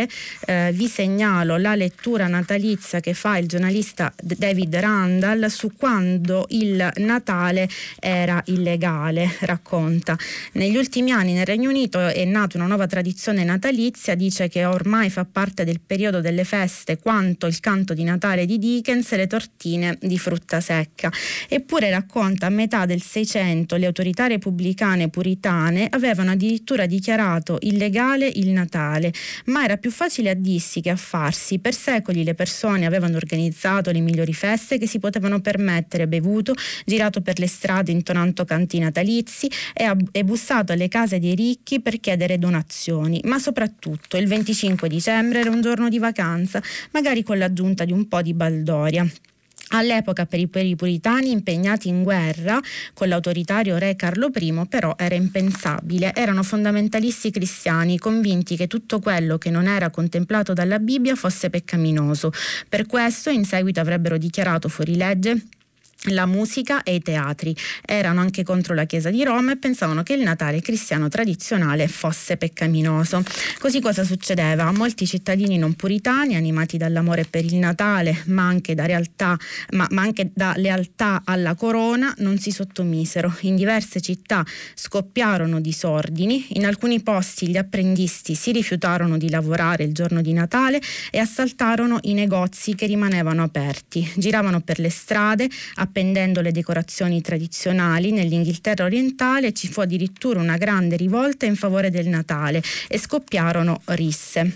vi segnalo la lettura natalizia che fa il giornalista David Randall su quando il Natale era illegale. Racconta: negli ultimi anni nel Regno Unito è nata una nuova tradizione natalizia, dice che ormai fa parte del periodo delle feste quanto il canto di Natale di Dickens e le tortine di frutta secca. Eppure, racconta, a metà del Seicento le autorità repubblicane puritane avevano addirittura dichiarato illegale il Natale, ma era più facile a dirsi che a farsi. Per secoli le persone avevano organizzato le migliori feste che si potevano permettere, bevuto, girato per le strade intonando canti natalizi e bussato alle case dei ricchi per chiedere donazioni. Ma soprattutto il 25 dicembre era un giorno di vacanza, magari con l'aggiunta di un po' di baldoria. All'epoca per i puritani impegnati in guerra con l'autoritario re Carlo I però era impensabile. Erano fondamentalisti cristiani, convinti che tutto quello che non era contemplato dalla Bibbia fosse peccaminoso. Per questo in seguito avrebbero dichiarato fuori legge la musica e i teatri. Erano anche contro la Chiesa di Roma e pensavano che il Natale cristiano tradizionale fosse peccaminoso. Così cosa succedeva? Molti cittadini non puritani, animati dall'amore per il Natale, ma anche da lealtà alla corona, non si sottomisero. In diverse città scoppiarono disordini. In alcuni posti gli apprendisti si rifiutarono di lavorare il giorno di Natale e assaltarono i negozi che rimanevano aperti. Giravano per le strade, appendendo le decorazioni tradizionali. Nell'Inghilterra orientale ci fu addirittura una grande rivolta in favore del Natale e scoppiarono risse.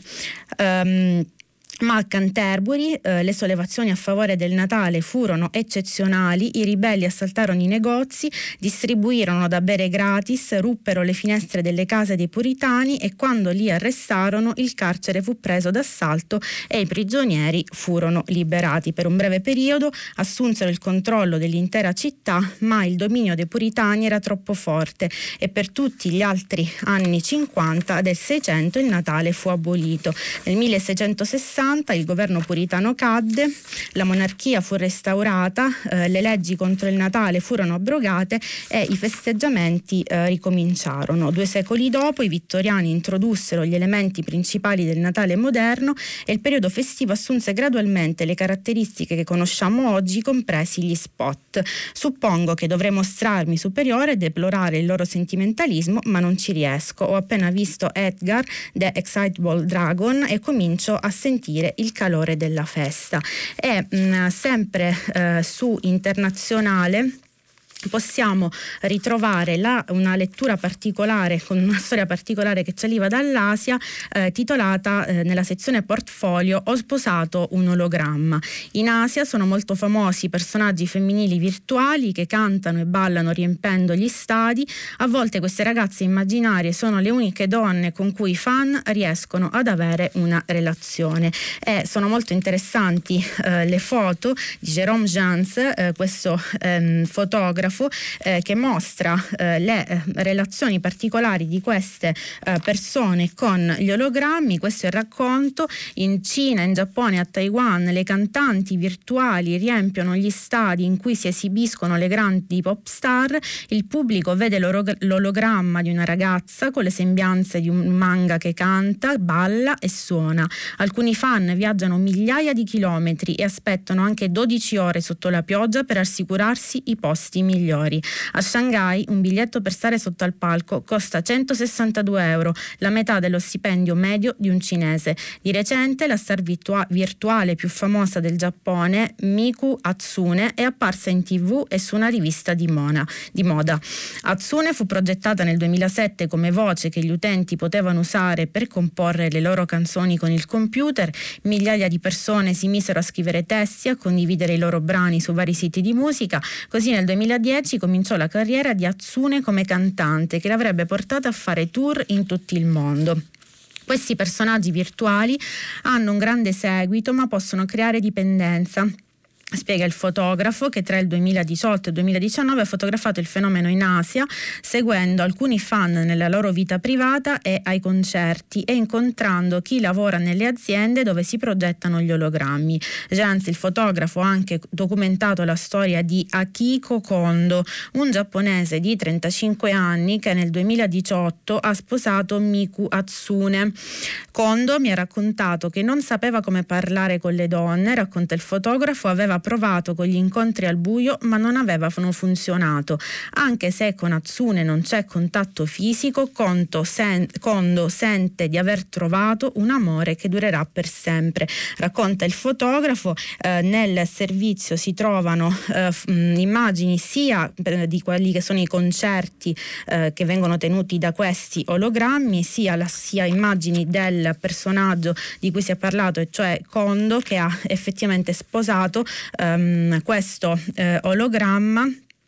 Ma a Canterbury le sollevazioni a favore del Natale furono eccezionali. I ribelli assaltarono i negozi, distribuirono da bere gratis, ruppero le finestre delle case dei puritani e quando li arrestarono il carcere fu preso d'assalto e i prigionieri furono liberati. Per un breve periodo assunsero il controllo dell'intera città, ma il dominio dei puritani era troppo forte e per tutti gli altri anni 50 del 600 il Natale fu abolito. Nel 1660 il governo puritano cadde, la monarchia fu restaurata, le leggi contro il Natale furono abrogate e i festeggiamenti ricominciarono. 2 secoli dopo i vittoriani introdussero gli elementi principali del Natale moderno e il periodo festivo assunse gradualmente le caratteristiche che conosciamo oggi, compresi gli spot. Suppongo che dovrei mostrarmi superiore e deplorare il loro sentimentalismo, ma non ci riesco. Ho appena visto Edgar, The Excitable Dragon, e comincio a sentire il calore della festa. E sempre su Internazionale possiamo ritrovare una lettura particolare con una storia particolare che ci arriva dall'Asia, titolata nella sezione portfolio "Ho sposato un ologramma". In Asia sono molto famosi personaggi femminili virtuali che cantano e ballano riempendo gli stadi. A volte queste ragazze immaginarie sono le uniche donne con cui i fan riescono ad avere una relazione, e sono molto interessanti le foto di Jérôme Jans, questo fotografo che mostra le relazioni particolari di queste persone con gli ologrammi. Questo è il racconto. In Cina, in Giappone e a Taiwan le cantanti virtuali riempiono gli stadi in cui si esibiscono le grandi pop star. Il pubblico vede l'ologramma di una ragazza con le sembianze di un manga che canta, balla e suona. Alcuni fan viaggiano migliaia di chilometri e aspettano anche 12 ore sotto la pioggia per assicurarsi i posti migliori. A Shanghai un biglietto per stare sotto al palco costa 162 euro, la metà dello stipendio medio di un cinese. Di recente la star virtuale più famosa del Giappone, Miku Hatsune, è apparsa in TV e su una rivista di moda. Hatsune fu progettata nel 2007 come voce che gli utenti potevano usare per comporre le loro canzoni con il computer. Migliaia di persone si misero a scrivere testi, a condividere i loro brani su vari siti di musica. Così nel 2010 cominciò la carriera di Hatsune come cantante, che l'avrebbe portata a fare tour in tutto il mondo. Questi personaggi virtuali hanno un grande seguito, ma possono creare dipendenza. Spiega il fotografo che tra il 2018 e il 2019 ha fotografato il fenomeno in Asia, seguendo alcuni fan nella loro vita privata e ai concerti e incontrando chi lavora nelle aziende dove si progettano gli ologrammi. Jans, il fotografo, ha anche documentato la storia di Akiko Kondo, un giapponese di 35 anni che nel 2018 ha sposato Miku Hatsune. Kondo mi ha raccontato che non sapeva come parlare con le donne, racconta il fotografo, aveva provato con gli incontri al buio ma non avevano funzionato. Anche se con Hatsune non c'è contatto fisico, Kondo sente di aver trovato un amore che durerà per sempre. Racconta il fotografo, nel servizio si trovano immagini sia di quelli che sono i concerti che vengono tenuti da questi ologrammi, sia immagini del personaggio di cui si è parlato, e cioè Kondo, che ha effettivamente sposato questo ologramma.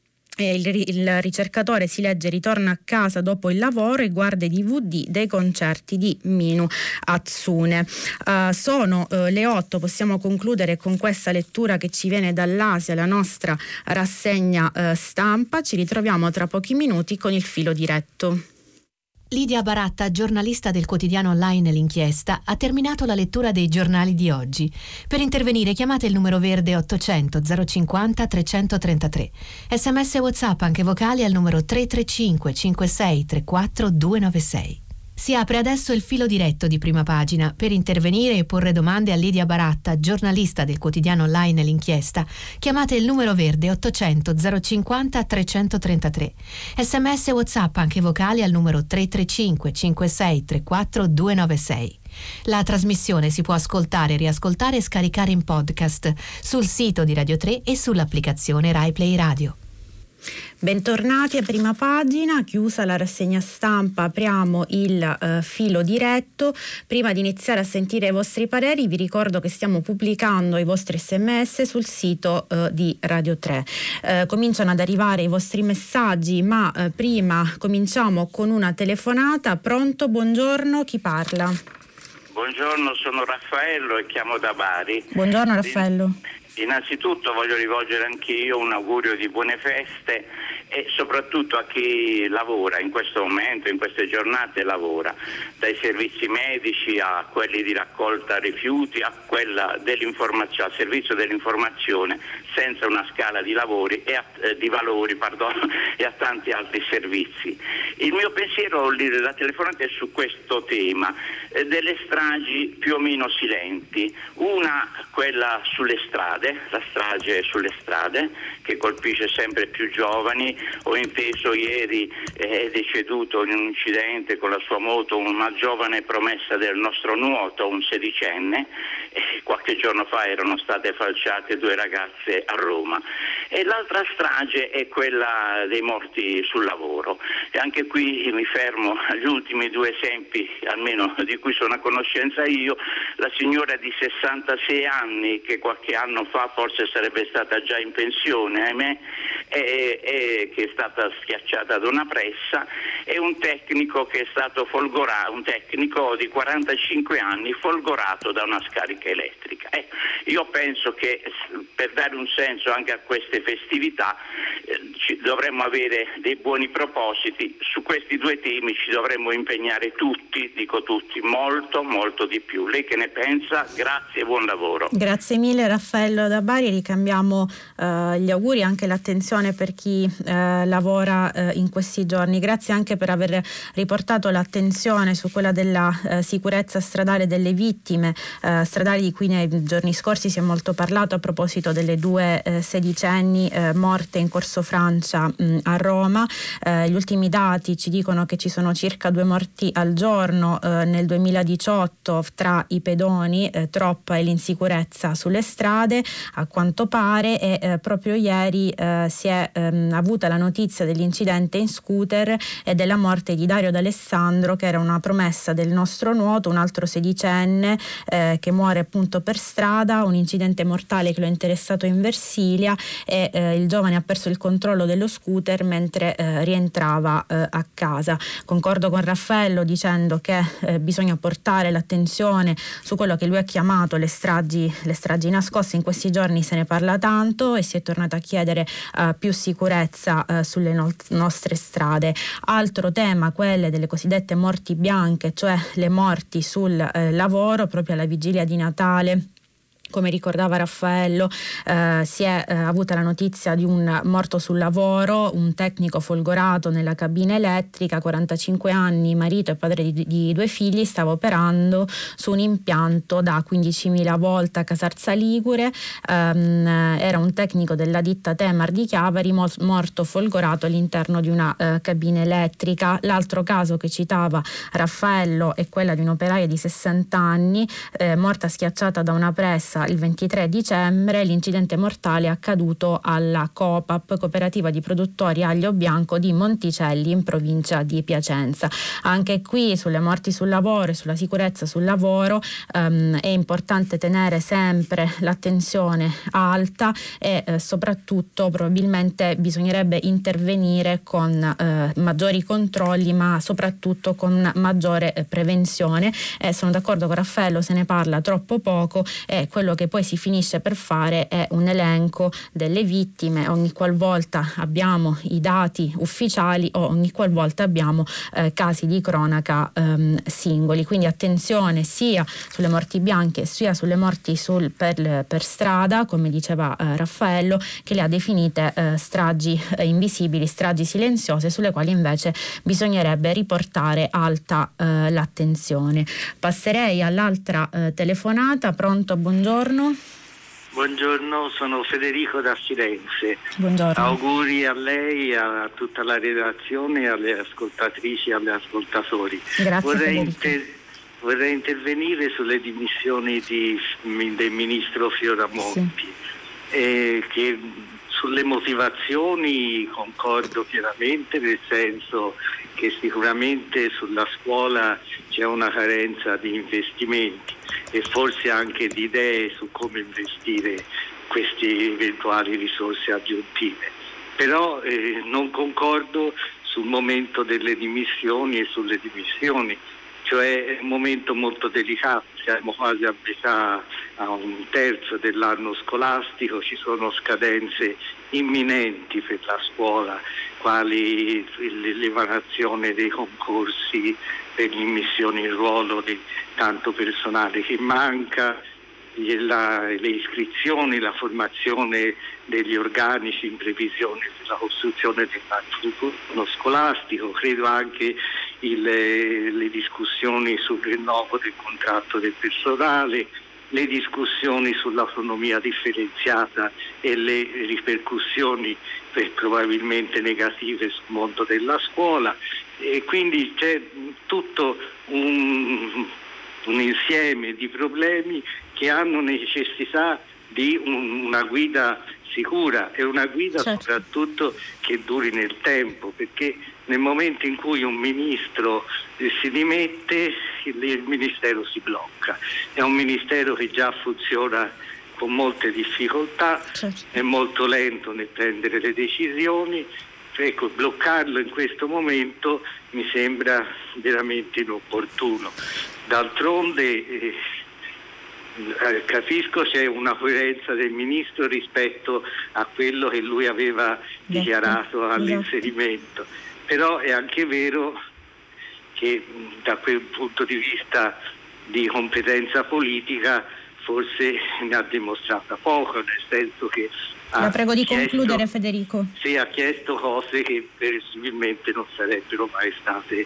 Il ricercatore, si legge, ritorna a casa dopo il lavoro e guarda i DVD dei concerti di Minu Hatsune. Sono le 8, possiamo concludere con questa lettura che ci viene dall'Asia, la nostra rassegna stampa. Ci ritroviamo tra pochi minuti con il filo diretto. Lidia Baratta, giornalista del quotidiano online L'Inchiesta, ha terminato la lettura dei giornali di oggi. Per intervenire chiamate il numero verde 800 050 333. SMS e WhatsApp anche vocali al numero 335 56 34 296. Si apre adesso il filo diretto di Prima Pagina. Per intervenire e porre domande a Lidia Baratta, giornalista del quotidiano online L'Inchiesta, chiamate il numero verde 800 050 333. SMS e WhatsApp anche vocali al numero 335 56 34 296. La trasmissione si può ascoltare, riascoltare e scaricare in podcast sul sito di Radio 3 e sull'applicazione Rai Play Radio. Bentornati a Prima Pagina, chiusa la rassegna stampa, apriamo il filo diretto. Prima di iniziare a sentire i vostri pareri vi ricordo che stiamo pubblicando i vostri sms sul sito di Radio 3. Cominciano ad arrivare i vostri messaggi, ma prima cominciamo con una telefonata. Pronto, buongiorno, chi parla? Buongiorno, sono Raffaello e chiamo da Bari. Buongiorno Raffaello. Innanzitutto voglio rivolgere anch'io un augurio di buone feste e soprattutto a chi lavora in questo momento, in queste giornate lavora, dai servizi medici a quelli di raccolta rifiuti a quella dell'informazione, al servizio dell'informazione senza una scala di lavori e di valori, e a tanti altri servizi. Il mio pensiero, la telefonata è su questo tema delle stragi più o meno silenti. Una, quella sulle strade, la strage sulle strade che colpisce sempre più giovani. Ho inteso ieri è deceduto in un incidente con la sua moto una giovane promessa del nostro nuoto, un sedicenne, e qualche giorno fa erano state falciate 2 ragazze a Roma. E l'altra strage è quella dei morti sul lavoro, e anche qui mi fermo agli ultimi 2 esempi, almeno di cui sono a conoscenza io. La signora di 66 anni che qualche anno fa forse sarebbe stata già in pensione, ahimè, e che è stata schiacciata da una pressa, e un tecnico che è stato folgorato, un tecnico di 45 anni folgorato da una scarica elettrica. Io penso che per dare un senso anche a queste festività dovremmo avere dei buoni propositi. Su questi 2 temi ci dovremmo impegnare tutti, dico tutti, molto molto di più. Lei che ne pensa? Grazie e buon lavoro. Grazie mille Raffaello da Bari, ricambiamo gli auguri e anche l'attenzione per chi lavora in questi giorni. Grazie anche per aver riportato l'attenzione su quella della sicurezza stradale delle vittime stradali, di cui nei giorni scorsi si è molto parlato a proposito delle 2 sedicenni morte in Corso Francia a Roma. Gli ultimi dati ci dicono che ci sono circa 2 morti al giorno nel 2018 tra i pedoni, troppa è l'insicurezza sulle strade a quanto pare, e proprio ieri si è avuta la notizia dell'incidente in scooter e della morte di Dario D'Alessandro, che era una promessa del nostro nuoto, un altro sedicenne che muore appunto per strada, un incidente mortale che lo ha interessato in Versilia, e il giovane ha perso il controllo dello scooter mentre rientrava a casa. Concordo con Raffaello dicendo che bisogna portare l'attenzione su quello che lui ha chiamato le stragi nascoste. In questi giorni se ne parla tanto e si è tornato a chiedere più sicurezza sulle nostre strade. Altro tema, quelle delle cosiddette morti bianche, cioè le morti sul lavoro, proprio alla vigilia di Natale. Come ricordava Raffaello, si è avuta la notizia di un morto sul lavoro, un tecnico folgorato nella cabina elettrica, 45 anni, marito e padre di 2 figli, stava operando su un impianto da 15.000 volt a Casarza Ligure. Era un tecnico della ditta Temar di Chiavari, morto folgorato all'interno di una cabina elettrica. L'altro caso che citava Raffaello è quella di un'operaia di 60 anni, morta schiacciata da una pressa il 23 dicembre. L'incidente mortale è accaduto alla Copap, cooperativa di produttori aglio bianco di Monticelli, in provincia di Piacenza. Anche qui sulle morti sul lavoro e sulla sicurezza sul lavoro è importante tenere sempre l'attenzione alta e soprattutto probabilmente bisognerebbe intervenire con maggiori controlli, ma soprattutto con maggiore prevenzione. Sono d'accordo con Raffaello, se ne parla troppo poco, e quello che poi si finisce per fare è un elenco delle vittime ogni qualvolta abbiamo i dati ufficiali o ogni qualvolta abbiamo casi di cronaca singoli. Quindi attenzione sia sulle morti bianche sia sulle morti per strada, come diceva Raffaello, che le ha definite stragi invisibili, stragi silenziose, sulle quali invece bisognerebbe riportare alta l'attenzione. Passerei all'altra telefonata. Pronto, buongiorno. Buongiorno, sono Federico da Firenze. Buongiorno. Auguri a lei, a tutta la redazione, alle ascoltatrici e agli ascoltatori. Grazie, vorrei intervenire sulle dimissioni del ministro Fioramonti, che sulle motivazioni concordo pienamente, nel senso che sicuramente sulla scuola c'è una carenza di investimenti e forse anche di idee su come investire queste eventuali risorse aggiuntive. Però non concordo sul momento delle dimissioni e sulle dimissioni, cioè è un momento molto delicato, siamo quasi a metà, a un terzo dell'anno scolastico, ci sono scadenze imminenti per la scuola, quali l'emanazione dei concorsi per l'immissione in ruolo di tanto personale che manca, le iscrizioni, la formazione degli organici in previsione della costruzione dell'anno scolastico, credo anche le discussioni sul rinnovo del contratto del personale, le discussioni sull'autonomia differenziata e le ripercussioni probabilmente negative sul mondo della scuola, e quindi c'è tutto un insieme di problemi che hanno necessità di una guida sicura e una guida soprattutto che duri nel tempo, perché nel momento in cui un ministro si dimette il ministero si blocca. È un ministero che già funziona con molte difficoltà, è molto lento nel prendere le decisioni. Ecco, bloccarlo in questo momento mi sembra veramente inopportuno. D'altronde capisco c'è una coerenza del ministro rispetto a quello che lui aveva dichiarato all'inserimento, però è anche vero che da quel punto di vista di competenza politica forse ne ha dimostrata poco, nel senso che la prego di concludere, Federico. Sì, ha chiesto cose che verosimilmente non sarebbero mai state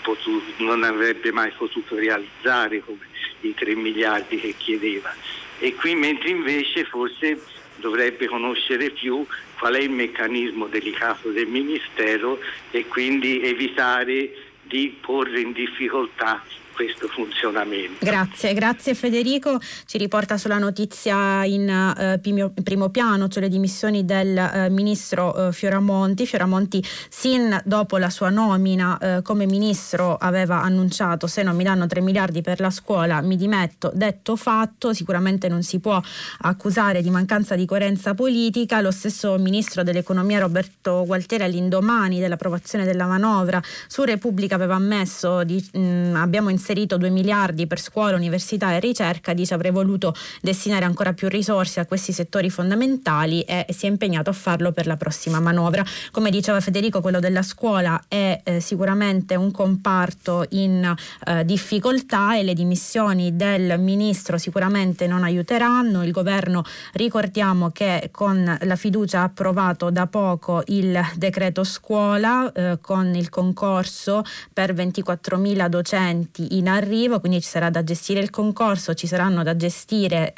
non avrebbe mai potuto realizzare, come i 3 miliardi che chiedeva, e qui mentre invece forse dovrebbe conoscere più qual è il meccanismo delicato del Ministero e quindi evitare di porre in difficoltà questo funzionamento. Grazie Federico. Ci riporta sulla notizia in primo piano, cioè le dimissioni del ministro Fioramonti. Fioramonti, sin dopo la sua nomina come ministro, aveva annunciato: se non mi danno 3 miliardi per la scuola mi dimetto. Detto fatto, sicuramente non si può accusare di mancanza di coerenza politica. Lo stesso ministro dell'economia Roberto Gualtieri, all'indomani dell'approvazione della manovra, su Repubblica aveva ammesso abbiamo inserito 2 miliardi per scuola, università e ricerca, dice avrei voluto destinare ancora più risorse a questi settori fondamentali e si è impegnato a farlo per la prossima manovra. Come diceva Federico, quello della scuola è sicuramente un comparto in difficoltà e le dimissioni del ministro sicuramente non aiuteranno. Il governo, ricordiamo che con la fiducia ha approvato da poco il decreto scuola con il concorso per 24.000 docenti in arrivo, quindi ci sarà da gestire il concorso, ci saranno da gestire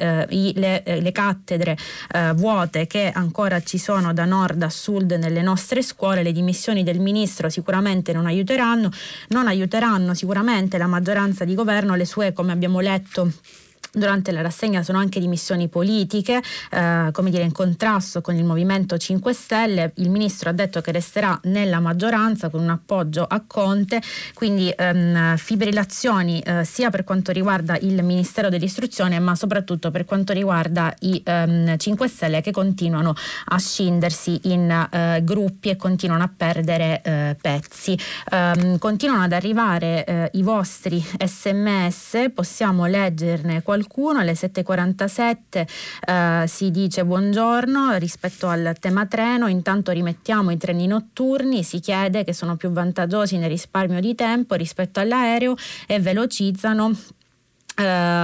le cattedre vuote che ancora ci sono da nord a sud nelle nostre scuole. Le dimissioni del ministro sicuramente non aiuteranno sicuramente la maggioranza di governo. Le sue, come abbiamo letto durante la rassegna, sono anche dimissioni politiche, in contrasto con il Movimento 5 Stelle. Il ministro ha detto che resterà nella maggioranza con un appoggio a Conte, quindi fibrillazioni sia per quanto riguarda il Ministero dell'Istruzione, ma soprattutto per quanto riguarda i 5 Stelle, che continuano a scindersi in gruppi e continuano a perdere pezzi. Continuano ad arrivare i vostri SMS, possiamo leggerne qualcuno. Alle 7.47 si dice: buongiorno, rispetto al tema treno, intanto rimettiamo i treni notturni, si chiede, che sono più vantaggiosi nel risparmio di tempo rispetto all'aereo e velocizzano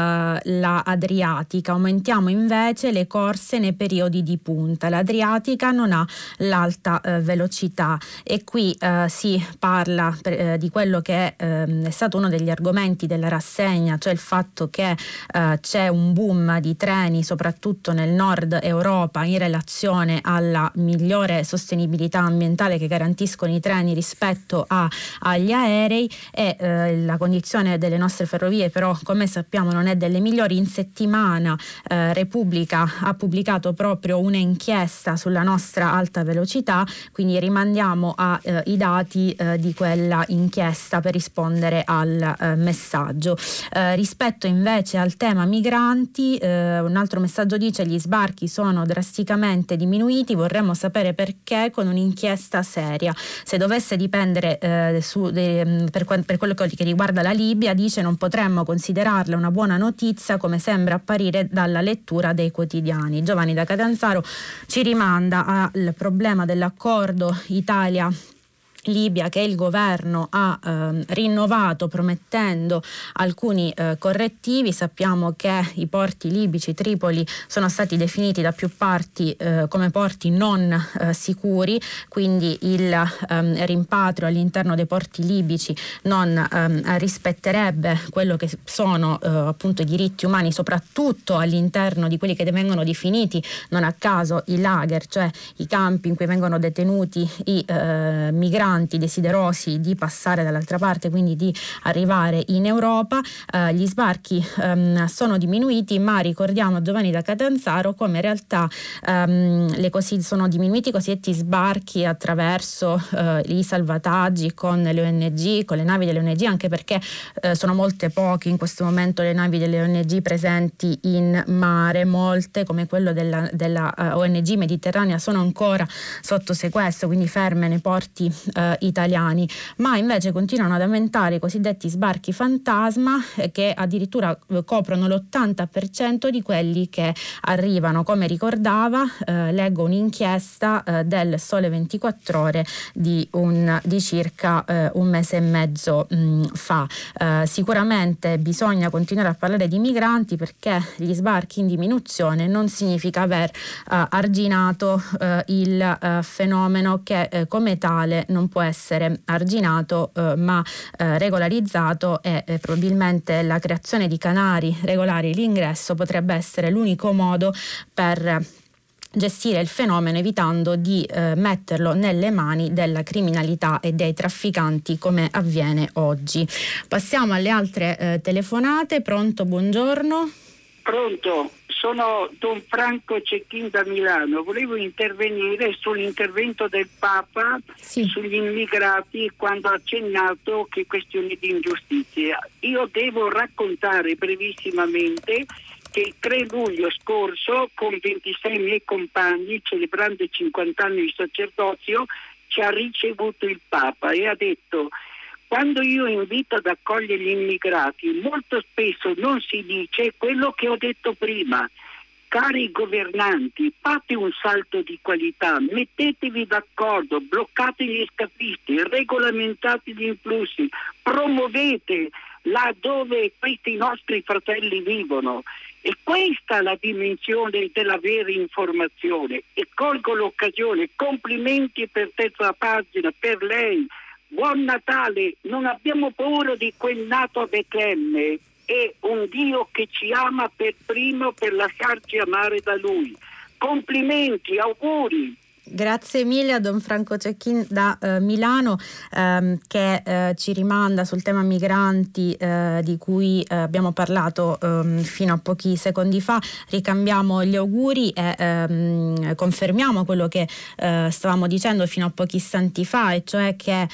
la Adriatica, aumentiamo invece le corse nei periodi di punta. L'Adriatica non ha l'alta velocità e qui si parla di quello che è stato uno degli argomenti della rassegna, cioè il fatto che c'è un boom di treni soprattutto nel nord Europa in relazione alla migliore sostenibilità ambientale che garantiscono i treni rispetto agli aerei, e la condizione delle nostre ferrovie però, come sappiamo, non è delle migliori. In settimana Repubblica ha pubblicato proprio un'inchiesta sulla nostra alta velocità, quindi rimandiamo ai dati di quella inchiesta per rispondere al messaggio. Rispetto invece al tema migranti, un altro messaggio dice: gli sbarchi sono drasticamente diminuiti, vorremmo sapere perché, con un'inchiesta seria. Se dovesse dipendere per quello che riguarda la Libia, dice, non potremmo considerarla una buona notizia come sembra apparire dalla lettura dei quotidiani. Giovanni da Catanzaro ci rimanda al problema dell'accordo Italia-Libia che il governo ha rinnovato promettendo alcuni correttivi. Sappiamo che i porti libici, Tripoli, sono stati definiti da più parti come porti non sicuri, quindi il rimpatrio all'interno dei porti libici non rispetterebbe quello che sono appunto i diritti umani, soprattutto all'interno di quelli che vengono definiti non a caso i lager, cioè i campi in cui vengono detenuti i migranti desiderosi di passare dall'altra parte, quindi di arrivare in Europa. Gli sbarchi sono diminuiti, ma ricordiamo a Giovanni da Catanzaro come in realtà sono diminuiti i cosiddetti sbarchi attraverso i salvataggi con le ONG, con le navi delle ONG, anche perché sono molte poche in questo momento le navi delle ONG presenti in mare. Molte, come quello della ONG Mediterranea, sono ancora sotto sequestro, quindi ferme nei porti italiani, ma invece continuano ad aumentare i cosiddetti sbarchi fantasma che addirittura coprono l'80% di quelli che arrivano. Come ricordava, leggo un'inchiesta del Sole 24 Ore di circa un mese e mezzo fa. Sicuramente bisogna continuare a parlare di migranti, perché gli sbarchi in diminuzione non significa aver arginato il fenomeno, che come tale non può essere arginato ma regolarizzato, e probabilmente la creazione di canali regolari l'ingresso potrebbe essere l'unico modo per gestire il fenomeno, evitando di metterlo nelle mani della criminalità e dei trafficanti come avviene oggi. Passiamo alle altre telefonate. Pronto, buongiorno. Pronto, sono Don Franco Cecchin da Milano. Volevo intervenire sull'intervento del Papa sugli immigrati, quando ha accennato che questioni di ingiustizia. Io devo raccontare brevissimamente che il 3 luglio scorso, con 26 miei compagni, celebrando i 50 anni di sacerdozio, ci ha ricevuto il Papa e ha detto: quando io invito ad accogliere gli immigrati, molto spesso non si dice quello che ho detto prima. Cari governanti, fate un salto di qualità, mettetevi d'accordo, bloccate gli scafisti, regolamentate gli influssi, promuovete là dove questi nostri fratelli vivono. E questa è la dimensione della vera informazione. E colgo l'occasione, complimenti per Terza Pagina, per lei. Buon Natale, non abbiamo paura di quel nato a Betlemme, è un Dio che ci ama per primo, per lasciarci amare da Lui. Complimenti, auguri. Grazie mille a Don Franco Cecchin da Milano, che ci rimanda sul tema migranti di cui abbiamo parlato fino a pochi secondi fa. Ricambiamo gli auguri e confermiamo quello che stavamo dicendo fino a pochi istanti fa, e cioè che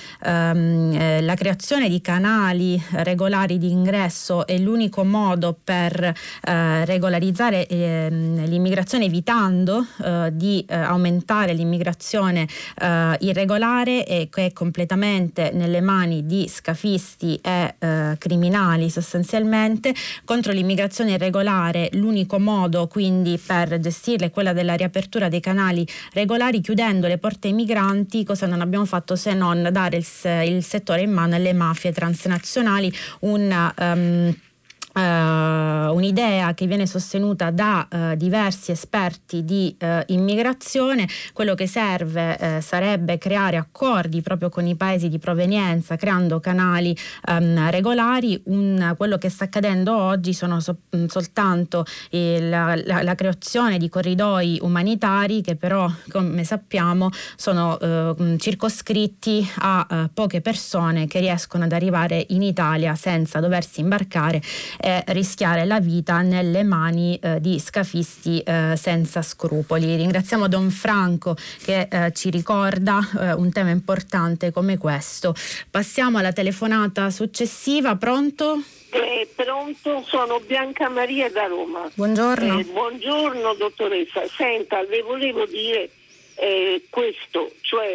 la creazione di canali regolari di ingresso è l'unico modo per regolarizzare l'immigrazione, evitando di aumentare l'immigrazione irregolare, e che è completamente nelle mani di scafisti e criminali sostanzialmente. Contro l'immigrazione irregolare l'unico modo quindi per gestirla è quella della riapertura dei canali regolari, chiudendo le porte ai migranti, cosa non abbiamo fatto se non dare il settore in mano alle mafie transnazionali. un'idea che viene sostenuta da diversi esperti di immigrazione. Quello che serve sarebbe creare accordi proprio con i paesi di provenienza, creando canali regolari. Quello che sta accadendo oggi sono soltanto la creazione di corridoi umanitari che però, come sappiamo, sono circoscritti a poche persone che riescono ad arrivare in Italia senza doversi imbarcare e rischiare la vita nelle mani di scafisti senza scrupoli. Ringraziamo Don Franco che ci ricorda un tema importante come questo. Passiamo alla telefonata successiva. Pronto? Pronto, sono Bianca Maria da Roma. Buongiorno. Buongiorno dottoressa. Senta, le volevo dire questo, cioè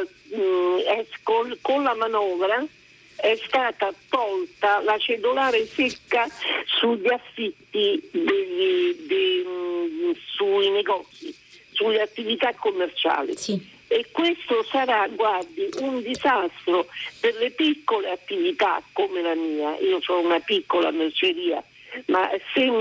con la manovra è stata tolta la cedolare secca sugli affitti sui negozi, sulle attività commerciali. Sì. E questo sarà, guardi, un disastro per le piccole attività come la mia. Io ho una piccola merceria, ma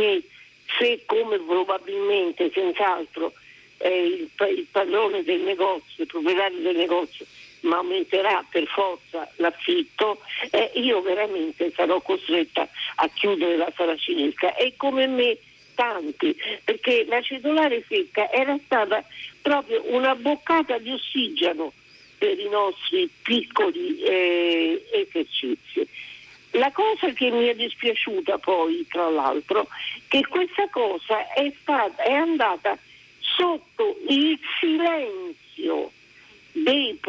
se come probabilmente, senz'altro, il padrone del negozio, il proprietario del negozio, ma aumenterà per forza l'affitto, io veramente sarò costretta a chiudere la saracinesca, e come me tanti, perché la cedolare secca era stata proprio una boccata di ossigeno per i nostri piccoli esercizi. La cosa che mi è dispiaciuta poi, tra l'altro, che questa cosa è andata sotto il silenzio dei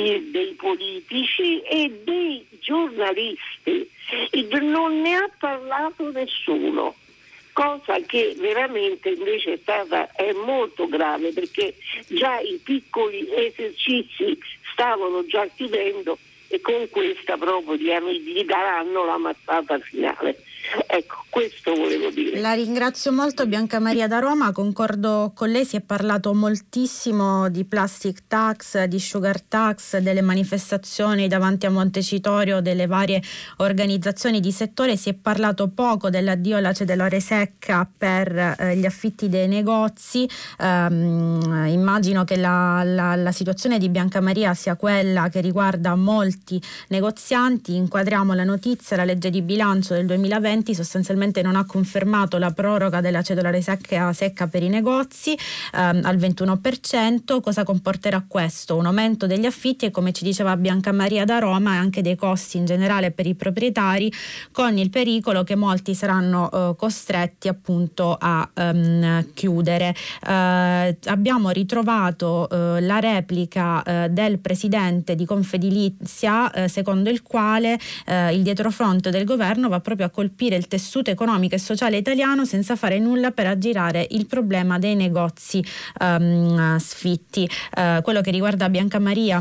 politici e dei giornalisti. Non ne ha parlato nessuno, cosa che veramente invece è molto grave, perché già i piccoli esercizi stavano già chiudendo e con questa proprio gli daranno la mazzata finale. Ecco, questo volevo dire. La ringrazio molto, Bianca Maria da Roma, concordo con lei. Si è parlato moltissimo di plastic tax, di sugar tax, delle manifestazioni davanti a Montecitorio delle varie organizzazioni di settore. Si è parlato poco dell'addio alla cedolare secca per gli affitti dei negozi. Immagino che la situazione di Bianca Maria sia quella che riguarda molti negozianti. Inquadriamo la notizia: la legge di bilancio del 2020 sostanzialmente non ha confermato la proroga della cedolare secca per i negozi al 21%. Cosa comporterà questo? Un aumento degli affitti e, come ci diceva Bianca Maria da Roma, anche dei costi in generale per i proprietari, con il pericolo che molti saranno costretti appunto a chiudere. Abbiamo ritrovato la replica del presidente di Confedilizia, secondo il quale il dietrofront del governo va proprio a colpire il tessuto economico e sociale italiano senza fare nulla per aggirare il problema dei negozi sfitti. Quello che riguarda Bianca Maria,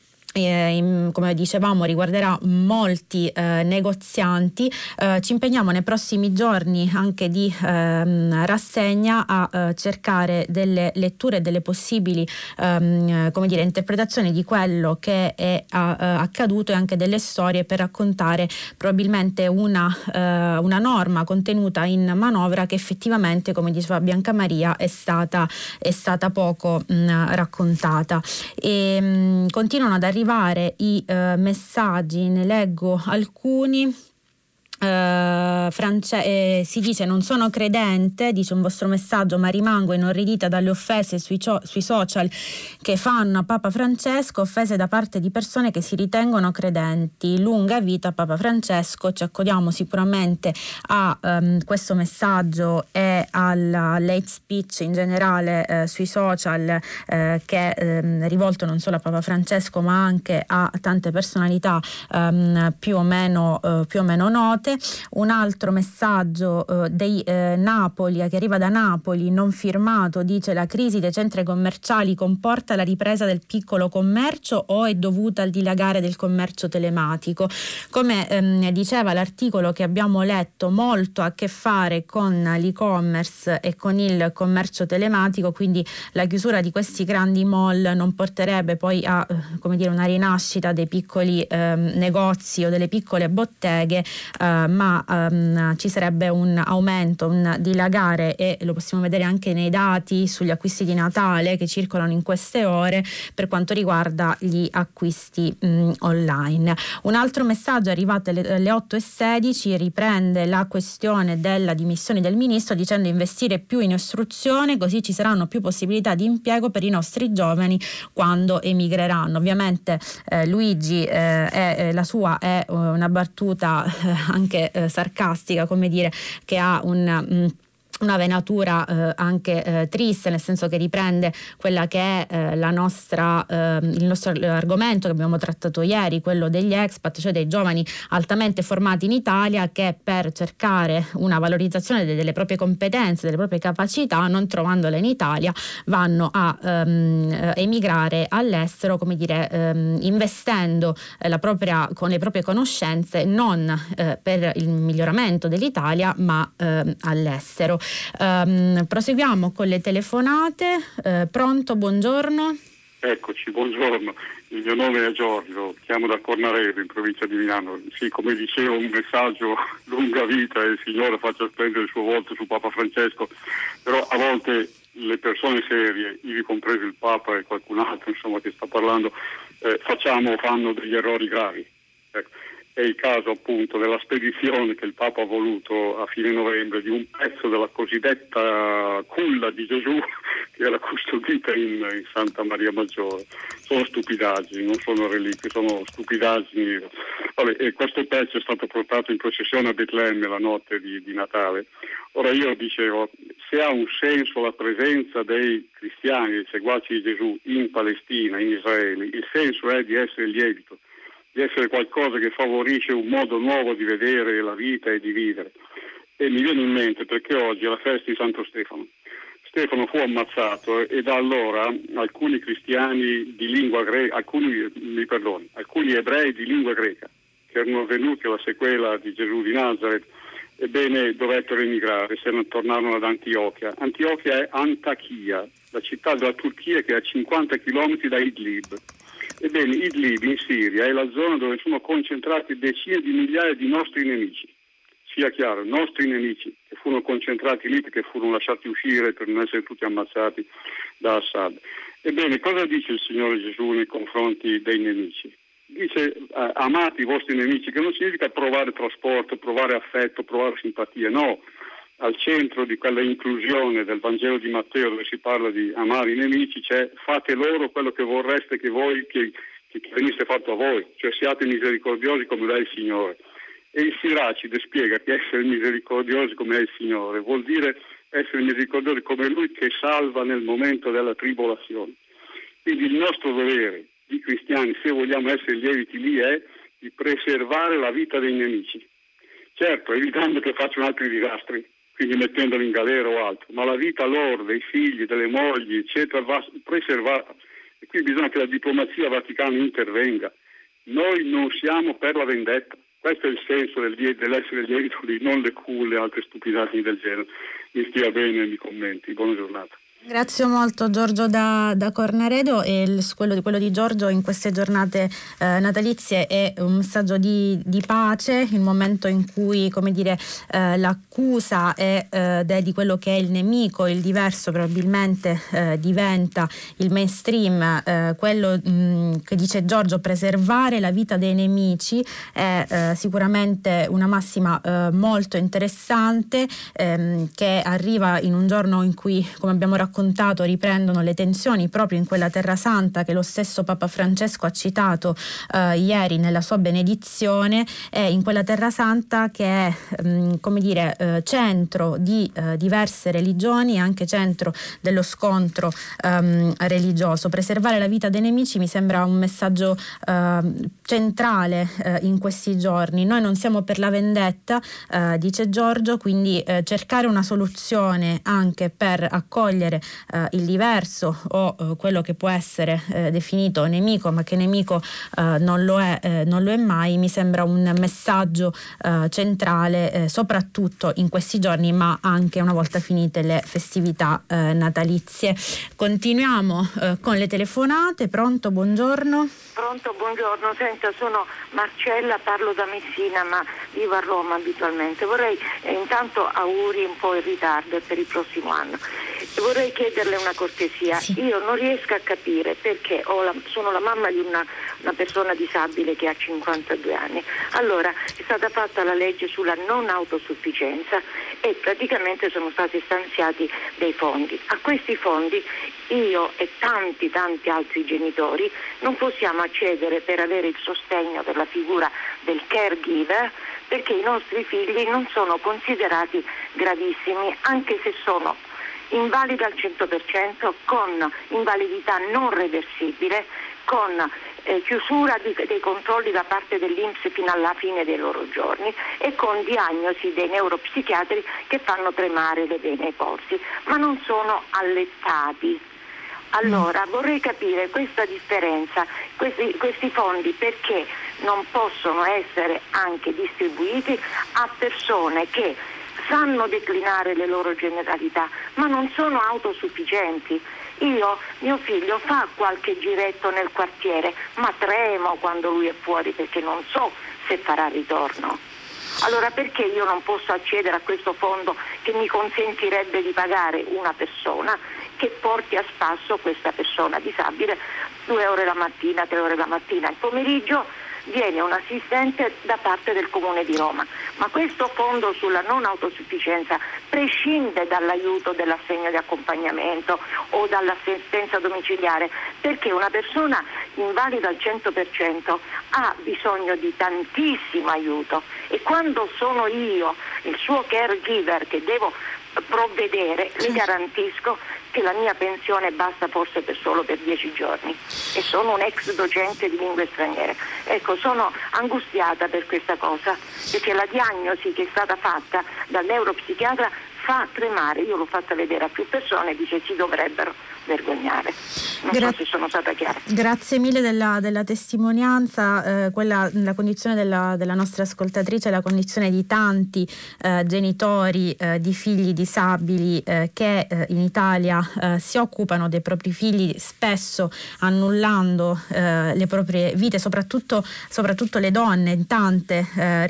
come dicevamo, riguarderà molti negozianti. Ci impegniamo nei prossimi giorni anche di rassegna a cercare delle letture, delle possibili interpretazioni di quello che è accaduto, e anche delle storie per raccontare probabilmente una norma contenuta in manovra che effettivamente, come diceva Bianca Maria, è stata poco raccontata. E continuano ad arrivare i messaggi, ne leggo alcuni. Si dice: non sono credente, dice un vostro messaggio, ma rimango inorridita dalle offese sui social che fanno a Papa Francesco, offese da parte di persone che si ritengono credenti. Lunga vita Papa Francesco. Ci accodiamo sicuramente a questo messaggio e all'hate speech in generale sui social, che è rivolto non solo a Papa Francesco ma anche a tante personalità più o meno note. Un altro messaggio dei Napoli, che arriva da Napoli, non firmato, dice: la crisi dei centri commerciali comporta la ripresa del piccolo commercio o è dovuta al dilagare del commercio telematico? Come diceva l'articolo che abbiamo letto, molto a che fare con l'e-commerce e-commerce e con il commercio telematico, quindi la chiusura di questi grandi mall non porterebbe poi a una rinascita dei piccoli negozi o delle piccole botteghe, ma ci sarebbe un aumento, un dilagare, e lo possiamo vedere anche nei dati sugli acquisti di Natale che circolano in queste ore per quanto riguarda gli acquisti online. Un altro messaggio è arrivato alle 8:16, riprende la questione della dimissione del ministro dicendo: investire più in istruzione, così ci saranno più possibilità di impiego per i nostri giovani quando emigreranno. Ovviamente Luigi, la sua è una battuta anche sarcastica, che ha una venatura anche triste, nel senso che riprende quella che è il nostro argomento che abbiamo trattato ieri, quello degli expat, cioè dei giovani altamente formati in Italia che per cercare una valorizzazione delle proprie competenze, delle proprie capacità, non trovandole in Italia, vanno a emigrare all'estero, investendo con le proprie conoscenze non per il miglioramento dell'Italia ma all'estero. Proseguiamo con le telefonate. Pronto, buongiorno. Eccoci, buongiorno. Il mio nome è Giorgio, chiamo da Cornaredo in provincia di Milano. Sì, come dicevo, un messaggio lunga vita e il Signore faccia splendere il suo volto su Papa Francesco, però a volte le persone serie, ivi compreso il Papa e qualcun altro che sta parlando, fanno degli errori gravi. Ecco. È il caso appunto della spedizione che il Papa ha voluto a fine novembre di un pezzo della cosiddetta culla di Gesù che era custodita in Santa Maria Maggiore. Sono stupidaggini, non sono reliquie, sono stupidaggini. E questo pezzo è stato portato in processione a Betlemme la notte di Natale. Ora io dicevo, se ha un senso la presenza dei cristiani, dei seguaci di Gesù in Palestina, in Israele, il senso è di essere lievito, di essere qualcosa che favorisce un modo nuovo di vedere la vita e di vivere. E mi viene in mente perché oggi è la festa di Santo Stefano. Stefano fu ammazzato e da allora alcuni cristiani di lingua greca, alcuni ebrei di lingua greca che erano venuti alla sequela di Gesù di Nazareth, ebbene dovettero emigrare, tornarono ad Antiochia. Antiochia è Antakya, la città della Turchia che è a 50 km da Idlib. Ebbene, Idlib in Siria è la zona dove sono concentrati decine di migliaia di nostri nemici. Sia chiaro, nostri nemici che furono concentrati lì perché furono lasciati uscire per non essere tutti ammazzati da Assad. Ebbene, cosa dice il Signore Gesù nei confronti dei nemici? Dice amate i vostri nemici, che non significa provare trasporto, provare affetto, provare simpatia, no. Al centro di quella inclusione del Vangelo di Matteo dove si parla di amare i nemici c'è fate loro quello che vorreste che venisse fatto a voi, cioè siate misericordiosi come lo è il Signore. E il Siracide spiega che essere misericordiosi come è il Signore vuol dire essere misericordiosi come Lui che salva nel momento della tribolazione. Quindi il nostro dovere di cristiani, se vogliamo essere lieviti lì, è di preservare la vita dei nemici. Certo, evitando che facciano altri disastri, quindi mettendoli in galera o altro, ma la vita loro, dei figli, delle mogli, eccetera, va preservata. E qui bisogna che la diplomazia vaticana intervenga. Noi non siamo per la vendetta. Questo è il senso dell'essere lievito lì, non le culle e altre stupidaggini del genere. Mi stia bene, mi commenti. Buona giornata. Ringrazio molto Giorgio da Cornaredo, e quello di Giorgio in queste giornate natalizie è un messaggio di pace, il momento in cui l'accusa è di quello che è il nemico, il diverso probabilmente diventa il mainstream. Quello che dice Giorgio, preservare la vita dei nemici, è sicuramente una massima molto interessante, che arriva in un giorno in cui, come abbiamo raccontato, riprendono le tensioni proprio in quella Terra Santa che lo stesso Papa Francesco ha citato ieri nella sua benedizione, in quella Terra Santa che è centro di diverse religioni e anche centro dello scontro religioso. Preservare la vita dei nemici mi sembra un messaggio centrale in questi giorni. Noi non siamo per la vendetta, dice Giorgio, quindi cercare una soluzione anche per accogliere il diverso o quello che può essere definito nemico, ma che nemico non lo è mai, mi sembra un messaggio centrale, soprattutto in questi giorni, ma anche una volta finite le festività natalizie. Continuiamo con le telefonate. Pronto, buongiorno. Pronto, buongiorno. Senta, sono Marcella, parlo da Messina, ma vivo a Roma abitualmente. Vorrei intanto auguri un po' in ritardo per il prossimo anno. Vorrei chiederle una cortesia. Sì. Io non riesco a capire perché sono la mamma di una persona disabile che ha 52 anni. Allora, è stata fatta la legge sulla non autosufficienza e praticamente sono stati stanziati dei fondi. A questi fondi io e tanti altri genitori non possiamo accedere per avere il sostegno della figura del caregiver, perché i nostri figli non sono considerati gravissimi, anche se sono invalidi al 100%, con invalidità non reversibile, con chiusura dei controlli da parte dell'INPS fino alla fine dei loro giorni e con diagnosi dei neuropsichiatri che fanno tremare le vene e i polsi, ma non sono allettati. Allora vorrei capire questa differenza, questi fondi perché non possono essere anche distribuiti a persone che sanno declinare le loro generalità ma non sono autosufficienti. Mio figlio fa qualche giretto nel quartiere, ma tremo quando lui è fuori perché non so se farà ritorno. Allora perché io non posso accedere a questo fondo che mi consentirebbe di pagare una persona che porti a spasso questa persona disabile 2 ore la mattina, 3 ore la mattina, il pomeriggio viene un assistente da parte del Comune di Roma, ma questo fondo sulla non autosufficienza prescinde dall'aiuto dell'assegno di accompagnamento o dall'assistenza domiciliare, perché una persona invalida al 100% ha bisogno di tantissimo aiuto e quando sono io il suo caregiver che devo provvedere, le garantisco che la mia pensione basta forse solo per 10 giorni e sono un ex docente di lingue straniere. Ecco, sono angustiata per questa cosa perché la diagnosi che è stata fatta dal neuropsichiatra fa tremare. Io l'ho fatta vedere a più persone e dice si dovrebbero vergognare. Non so se sono stata chiara. Grazie mille della testimonianza. La condizione della nostra ascoltatrice è la condizione di tanti genitori di figli disabili che in Italia si occupano dei propri figli, spesso annullando le proprie vite, soprattutto le donne, in tante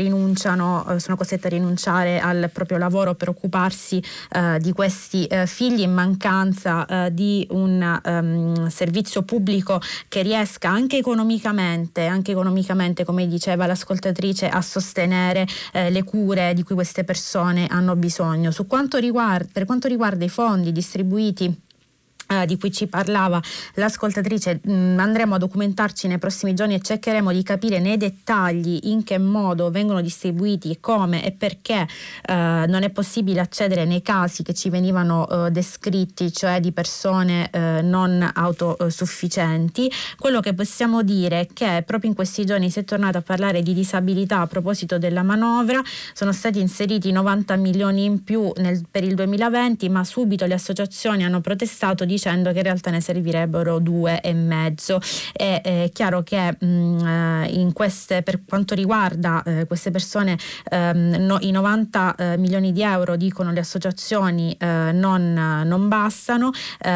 sono costrette a rinunciare al proprio lavoro per occuparsi di questi figli in mancanza di un servizio pubblico che riesca anche economicamente, come diceva l'ascoltatrice, a sostenere le cure di cui queste persone hanno bisogno. Per quanto riguarda i fondi distribuiti di cui ci parlava l'ascoltatrice, andremo a documentarci nei prossimi giorni e cercheremo di capire nei dettagli in che modo vengono distribuiti, come e perché non è possibile accedere nei casi che ci venivano descritti, cioè di persone non autosufficienti. Quello che possiamo dire è che proprio in questi giorni si è tornato a parlare di disabilità a proposito della manovra. Sono stati inseriti 90 milioni in più per il 2020, ma subito le associazioni hanno protestato dicendo che in realtà ne servirebbero 2,5. È chiaro che per quanto riguarda queste persone i 90 milioni di euro, dicono le associazioni, non bastano.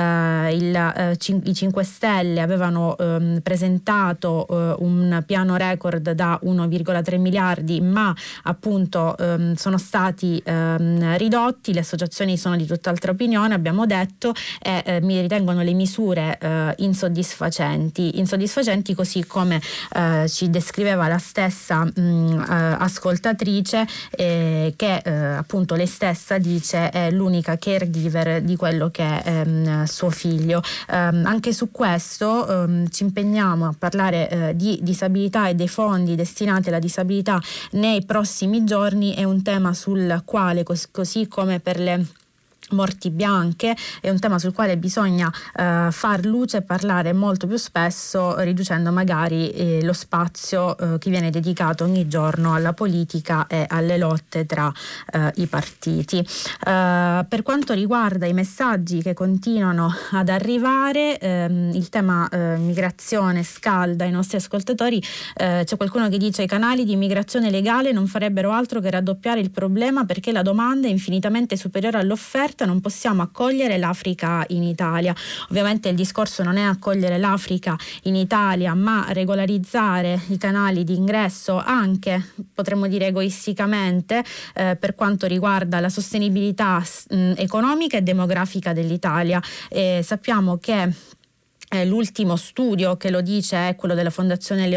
I 5 Stelle avevano presentato un piano record da 1,3 miliardi, ma appunto sono stati ridotti. Le associazioni sono di tutt'altra opinione, abbiamo detto, e mi ritengono le misure insoddisfacenti, così come ci descriveva la stessa ascoltatrice, che appunto lei stessa dice è l'unica caregiver di quello che è suo figlio. Anche su questo ci impegniamo a parlare di disabilità e dei fondi destinati alla disabilità nei prossimi giorni. È un tema sul quale, così come per le morti bianche. È un tema sul quale bisogna far luce e parlare molto più spesso, riducendo magari lo spazio che viene dedicato ogni giorno alla politica e alle lotte tra i partiti. Per quanto riguarda i messaggi che continuano ad arrivare, il tema migrazione scalda i nostri ascoltatori. C'è qualcuno che dice: i canali di immigrazione legale non farebbero altro che raddoppiare il problema, perché la domanda è infinitamente superiore all'offerta. Non possiamo accogliere l'Africa in Italia. Ovviamente il discorso non è accogliere l'Africa in Italia, ma regolarizzare i canali di ingresso, anche potremmo dire egoisticamente, per quanto riguarda la sostenibilità economica e demografica dell'Italia. Sappiamo che l'ultimo studio che lo dice è quello della Fondazione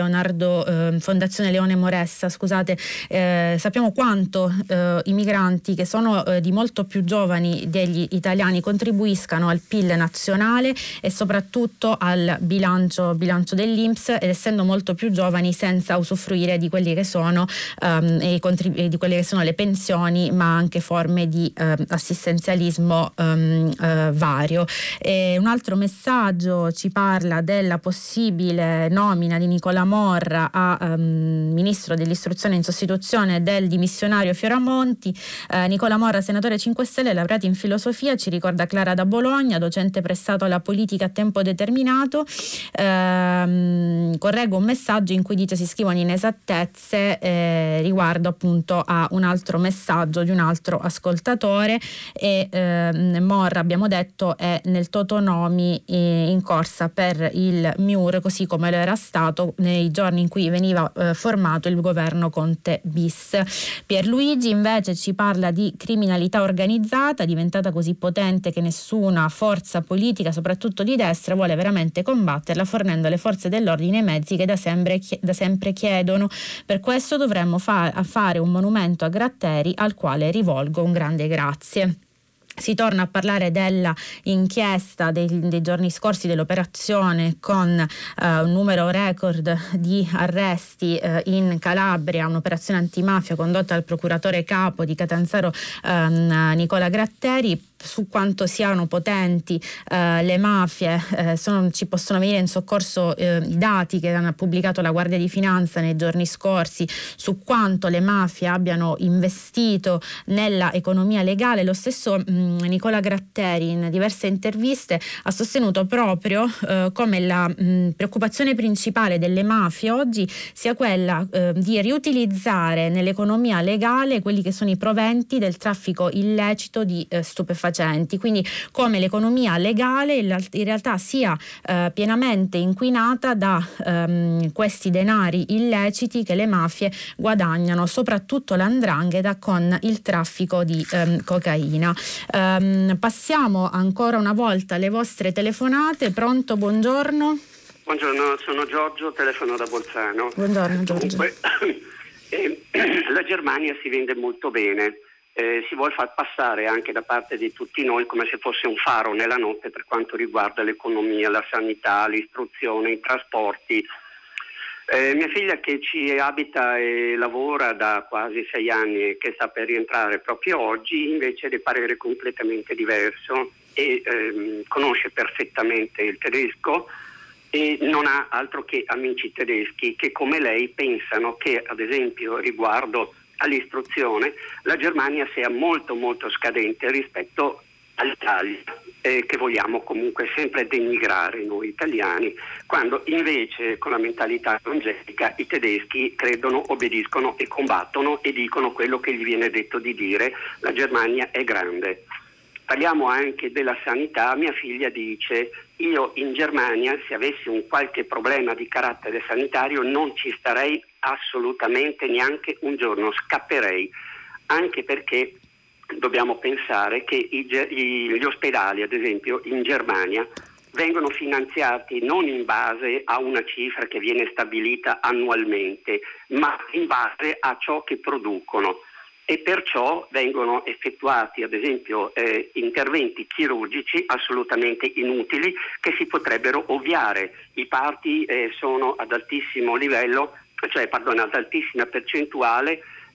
Leone Moressa, sappiamo quanto i migranti, che sono di molto più giovani degli italiani, contribuiscano al PIL nazionale e soprattutto al bilancio dell'INPS, ed essendo molto più giovani senza usufruire di quelli che sono di quelle che sono le pensioni, ma anche forme di assistenzialismo vario. Un altro messaggio ci parla della possibile nomina di Nicola Morra a ministro dell'istruzione in sostituzione del dimissionario Fioramonti. Nicola Morra, senatore 5 Stelle, laureato in filosofia, ci ricorda Clara da Bologna, docente prestato alla politica a tempo determinato. Correggo un messaggio in cui dice si scrivono inesattezze riguardo appunto a un altro messaggio di un altro ascoltatore, e Morra, abbiamo detto, è nel Totonomi in corsa per il MIUR, così come lo era stato nei giorni in cui veniva formato il governo Conte bis. Pierluigi invece ci parla di criminalità organizzata, diventata così potente che nessuna forza politica, soprattutto di destra, vuole veramente combatterla, fornendo alle forze dell'ordine i mezzi che da sempre chiedono. Per questo dovremmo fare un monumento a Gratteri, al quale rivolgo un grande grazie. Si torna a parlare della inchiesta dei giorni scorsi, dell'operazione con un numero record di arresti in Calabria, un'operazione antimafia condotta dal procuratore capo di Catanzaro Nicola Gratteri. Su quanto siano potenti le mafie ci possono venire in soccorso i dati che ha pubblicato la Guardia di Finanza nei giorni scorsi su quanto le mafie abbiano investito nella economia legale. Lo stesso Nicola Gratteri in diverse interviste ha sostenuto proprio come la preoccupazione principale delle mafie oggi sia quella di riutilizzare nell'economia legale quelli che sono i proventi del traffico illecito di stupefacenti. Quindi come l'economia legale in realtà sia pienamente inquinata da questi denari illeciti che le mafie guadagnano, soprattutto l''ndrangheta con il traffico di cocaina. Passiamo ancora una volta alle vostre telefonate. Pronto, buongiorno. Buongiorno, sono Giorgio, telefono da Bolzano. Buongiorno Giorgio. Dunque, la Germania si vende molto bene. Si vuole far passare anche da parte di tutti noi come se fosse un faro nella notte per quanto riguarda l'economia, la sanità, l'istruzione, i trasporti. Mia figlia, che ci abita e lavora da quasi 6 anni e che sta per rientrare proprio oggi, invece è di parere completamente diverso e conosce perfettamente il tedesco e non ha altro che amici tedeschi che come lei pensano che, ad esempio, riguardo all'istruzione, la Germania sia molto molto scadente rispetto all'Italia, che vogliamo comunque sempre denigrare noi italiani, quando invece con la mentalità evangelica i tedeschi credono, obbediscono e combattono e dicono quello che gli viene detto di dire. La Germania è grande. Parliamo anche della sanità. Mia figlia dice: io in Germania, se avessi un qualche problema di carattere sanitario, non ci starei assolutamente neanche un giorno, scapperei, anche perché dobbiamo pensare che gli ospedali, ad esempio, in Germania vengono finanziati non in base a una cifra che viene stabilita annualmente, ma in base a ciò che producono. E perciò vengono effettuati, ad esempio, interventi chirurgici assolutamente inutili che si potrebbero ovviare. I parti sono ad altissimo livello, ad altissima percentuale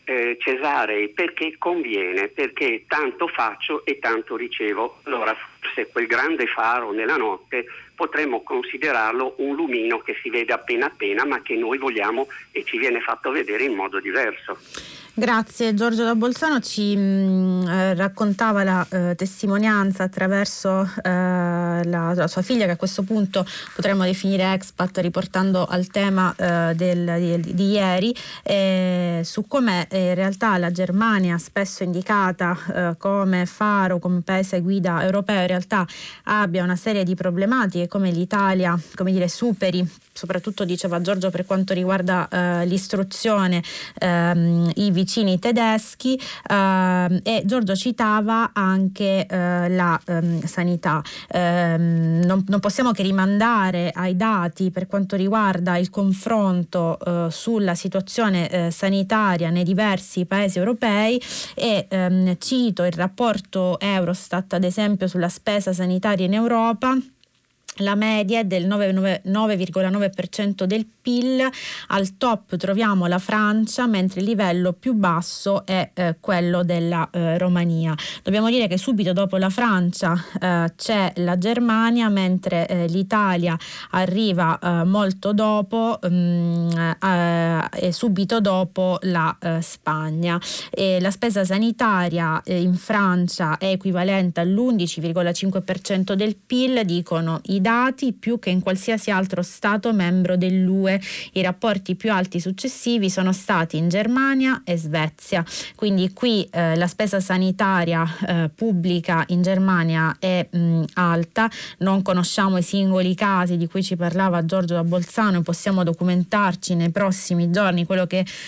cesarei perché conviene, perché tanto faccio e tanto ricevo. Allora forse quel grande faro nella notte potremmo considerarlo un lumino che si vede appena appena, ma che noi vogliamo e ci viene fatto vedere in modo diverso. Grazie. Giorgio da Bolzano ci raccontava la testimonianza attraverso la sua figlia, che a questo punto potremmo definire expat, riportando al tema di ieri, su come in realtà la Germania, spesso indicata come faro, come paese guida europeo, in realtà abbia una serie di problematiche, come l'Italia, come dire, superi, soprattutto diceva Giorgio per quanto riguarda l'istruzione, i vicini tedeschi, e Giorgio citava anche la sanità. Non possiamo che rimandare ai dati per quanto riguarda il confronto sulla situazione sanitaria nei diversi paesi europei, e cito il rapporto Eurostat ad esempio sulla spesa sanitaria in Europa. La media è del 9,9% del PIL, al top troviamo la Francia, mentre il livello più basso è quello della Romania. Dobbiamo dire che subito dopo la Francia c'è la Germania, mentre l'Italia arriva molto dopo, e subito dopo la Spagna. E la spesa sanitaria in Francia è equivalente all'11,5% del PIL, dicono i dati, più che in qualsiasi altro Stato membro dell'UE. I rapporti più alti successivi sono stati in Germania e Svezia. Quindi qui la spesa sanitaria pubblica in Germania è alta. Non conosciamo i singoli casi di cui ci parlava Giorgio da Bolzano, possiamo documentarci nei prossimi giorni. Quello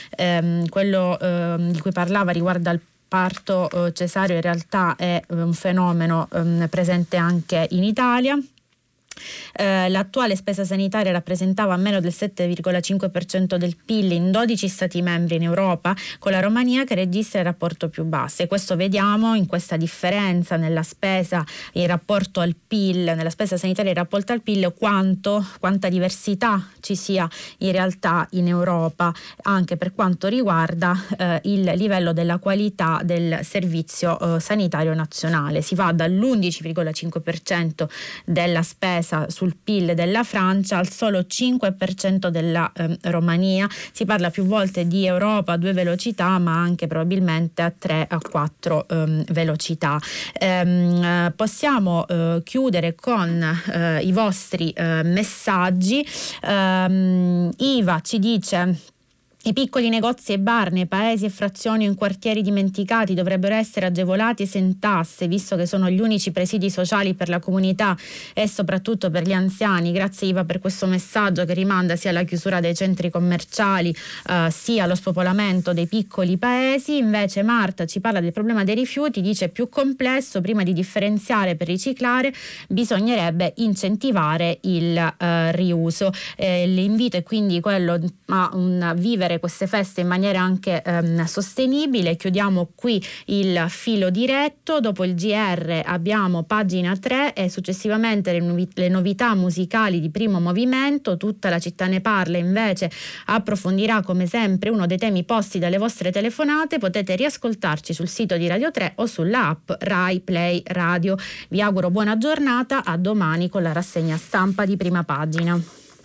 di cui parlava riguarda il parto cesareo, in realtà è un fenomeno presente anche in Italia. L'attuale spesa sanitaria rappresentava meno del 7,5% del PIL in 12 stati membri in Europa, con la Romania che registra il rapporto più basso, e questo vediamo in questa differenza nella spesa in rapporto al PIL, nella spesa sanitaria in rapporto al PIL, quanta diversità ci sia in realtà in Europa, anche per quanto riguarda il livello della qualità del servizio sanitario nazionale. Si va dall'11,5% della spesa sul PIL della Francia al solo 5% della Romania. Si parla più volte di Europa a 2 velocità, ma anche probabilmente a 3 a 4 velocità. Possiamo chiudere con i vostri messaggi. Iva ci dice: i piccoli negozi e bar nei paesi e frazioni o in quartieri dimenticati dovrebbero essere agevolati esent tasse, visto che sono gli unici presidi sociali per la comunità e soprattutto per gli anziani. Grazie Iva per questo messaggio, che rimanda sia alla chiusura dei centri commerciali sia allo spopolamento dei piccoli paesi. Invece Marta ci parla del problema dei rifiuti, dice: più complesso, prima di differenziare per riciclare bisognerebbe incentivare il riuso. L'invito è quindi quello a vivere queste feste in maniera anche sostenibile. Chiudiamo qui il filo diretto. Dopo il GR abbiamo pagina 3 e successivamente le novità musicali di Primo Movimento. Tutta la città ne parla invece approfondirà come sempre uno dei temi posti dalle vostre telefonate. Potete riascoltarci sul sito di Radio 3 o sulla app Rai Play Radio. Vi auguro buona giornata, a domani con la rassegna stampa di Prima Pagina.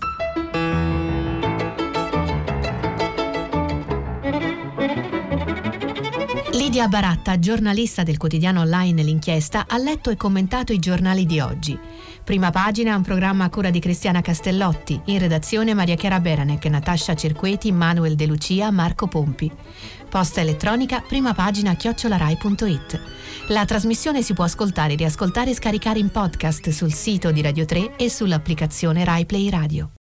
Lidia Baratta, giornalista del quotidiano online L'Inchiesta, ha letto e commentato i giornali di oggi. Prima Pagina è un programma a cura di Cristiana Castellotti, in redazione Maria Chiara Beranec, Natascia Cerqueti, Manuel De Lucia, Marco Pompi. Posta elettronica primapagina@rai.it. La trasmissione si può ascoltare, riascoltare e scaricare in podcast sul sito di Radio 3 e sull'applicazione Rai Play Radio.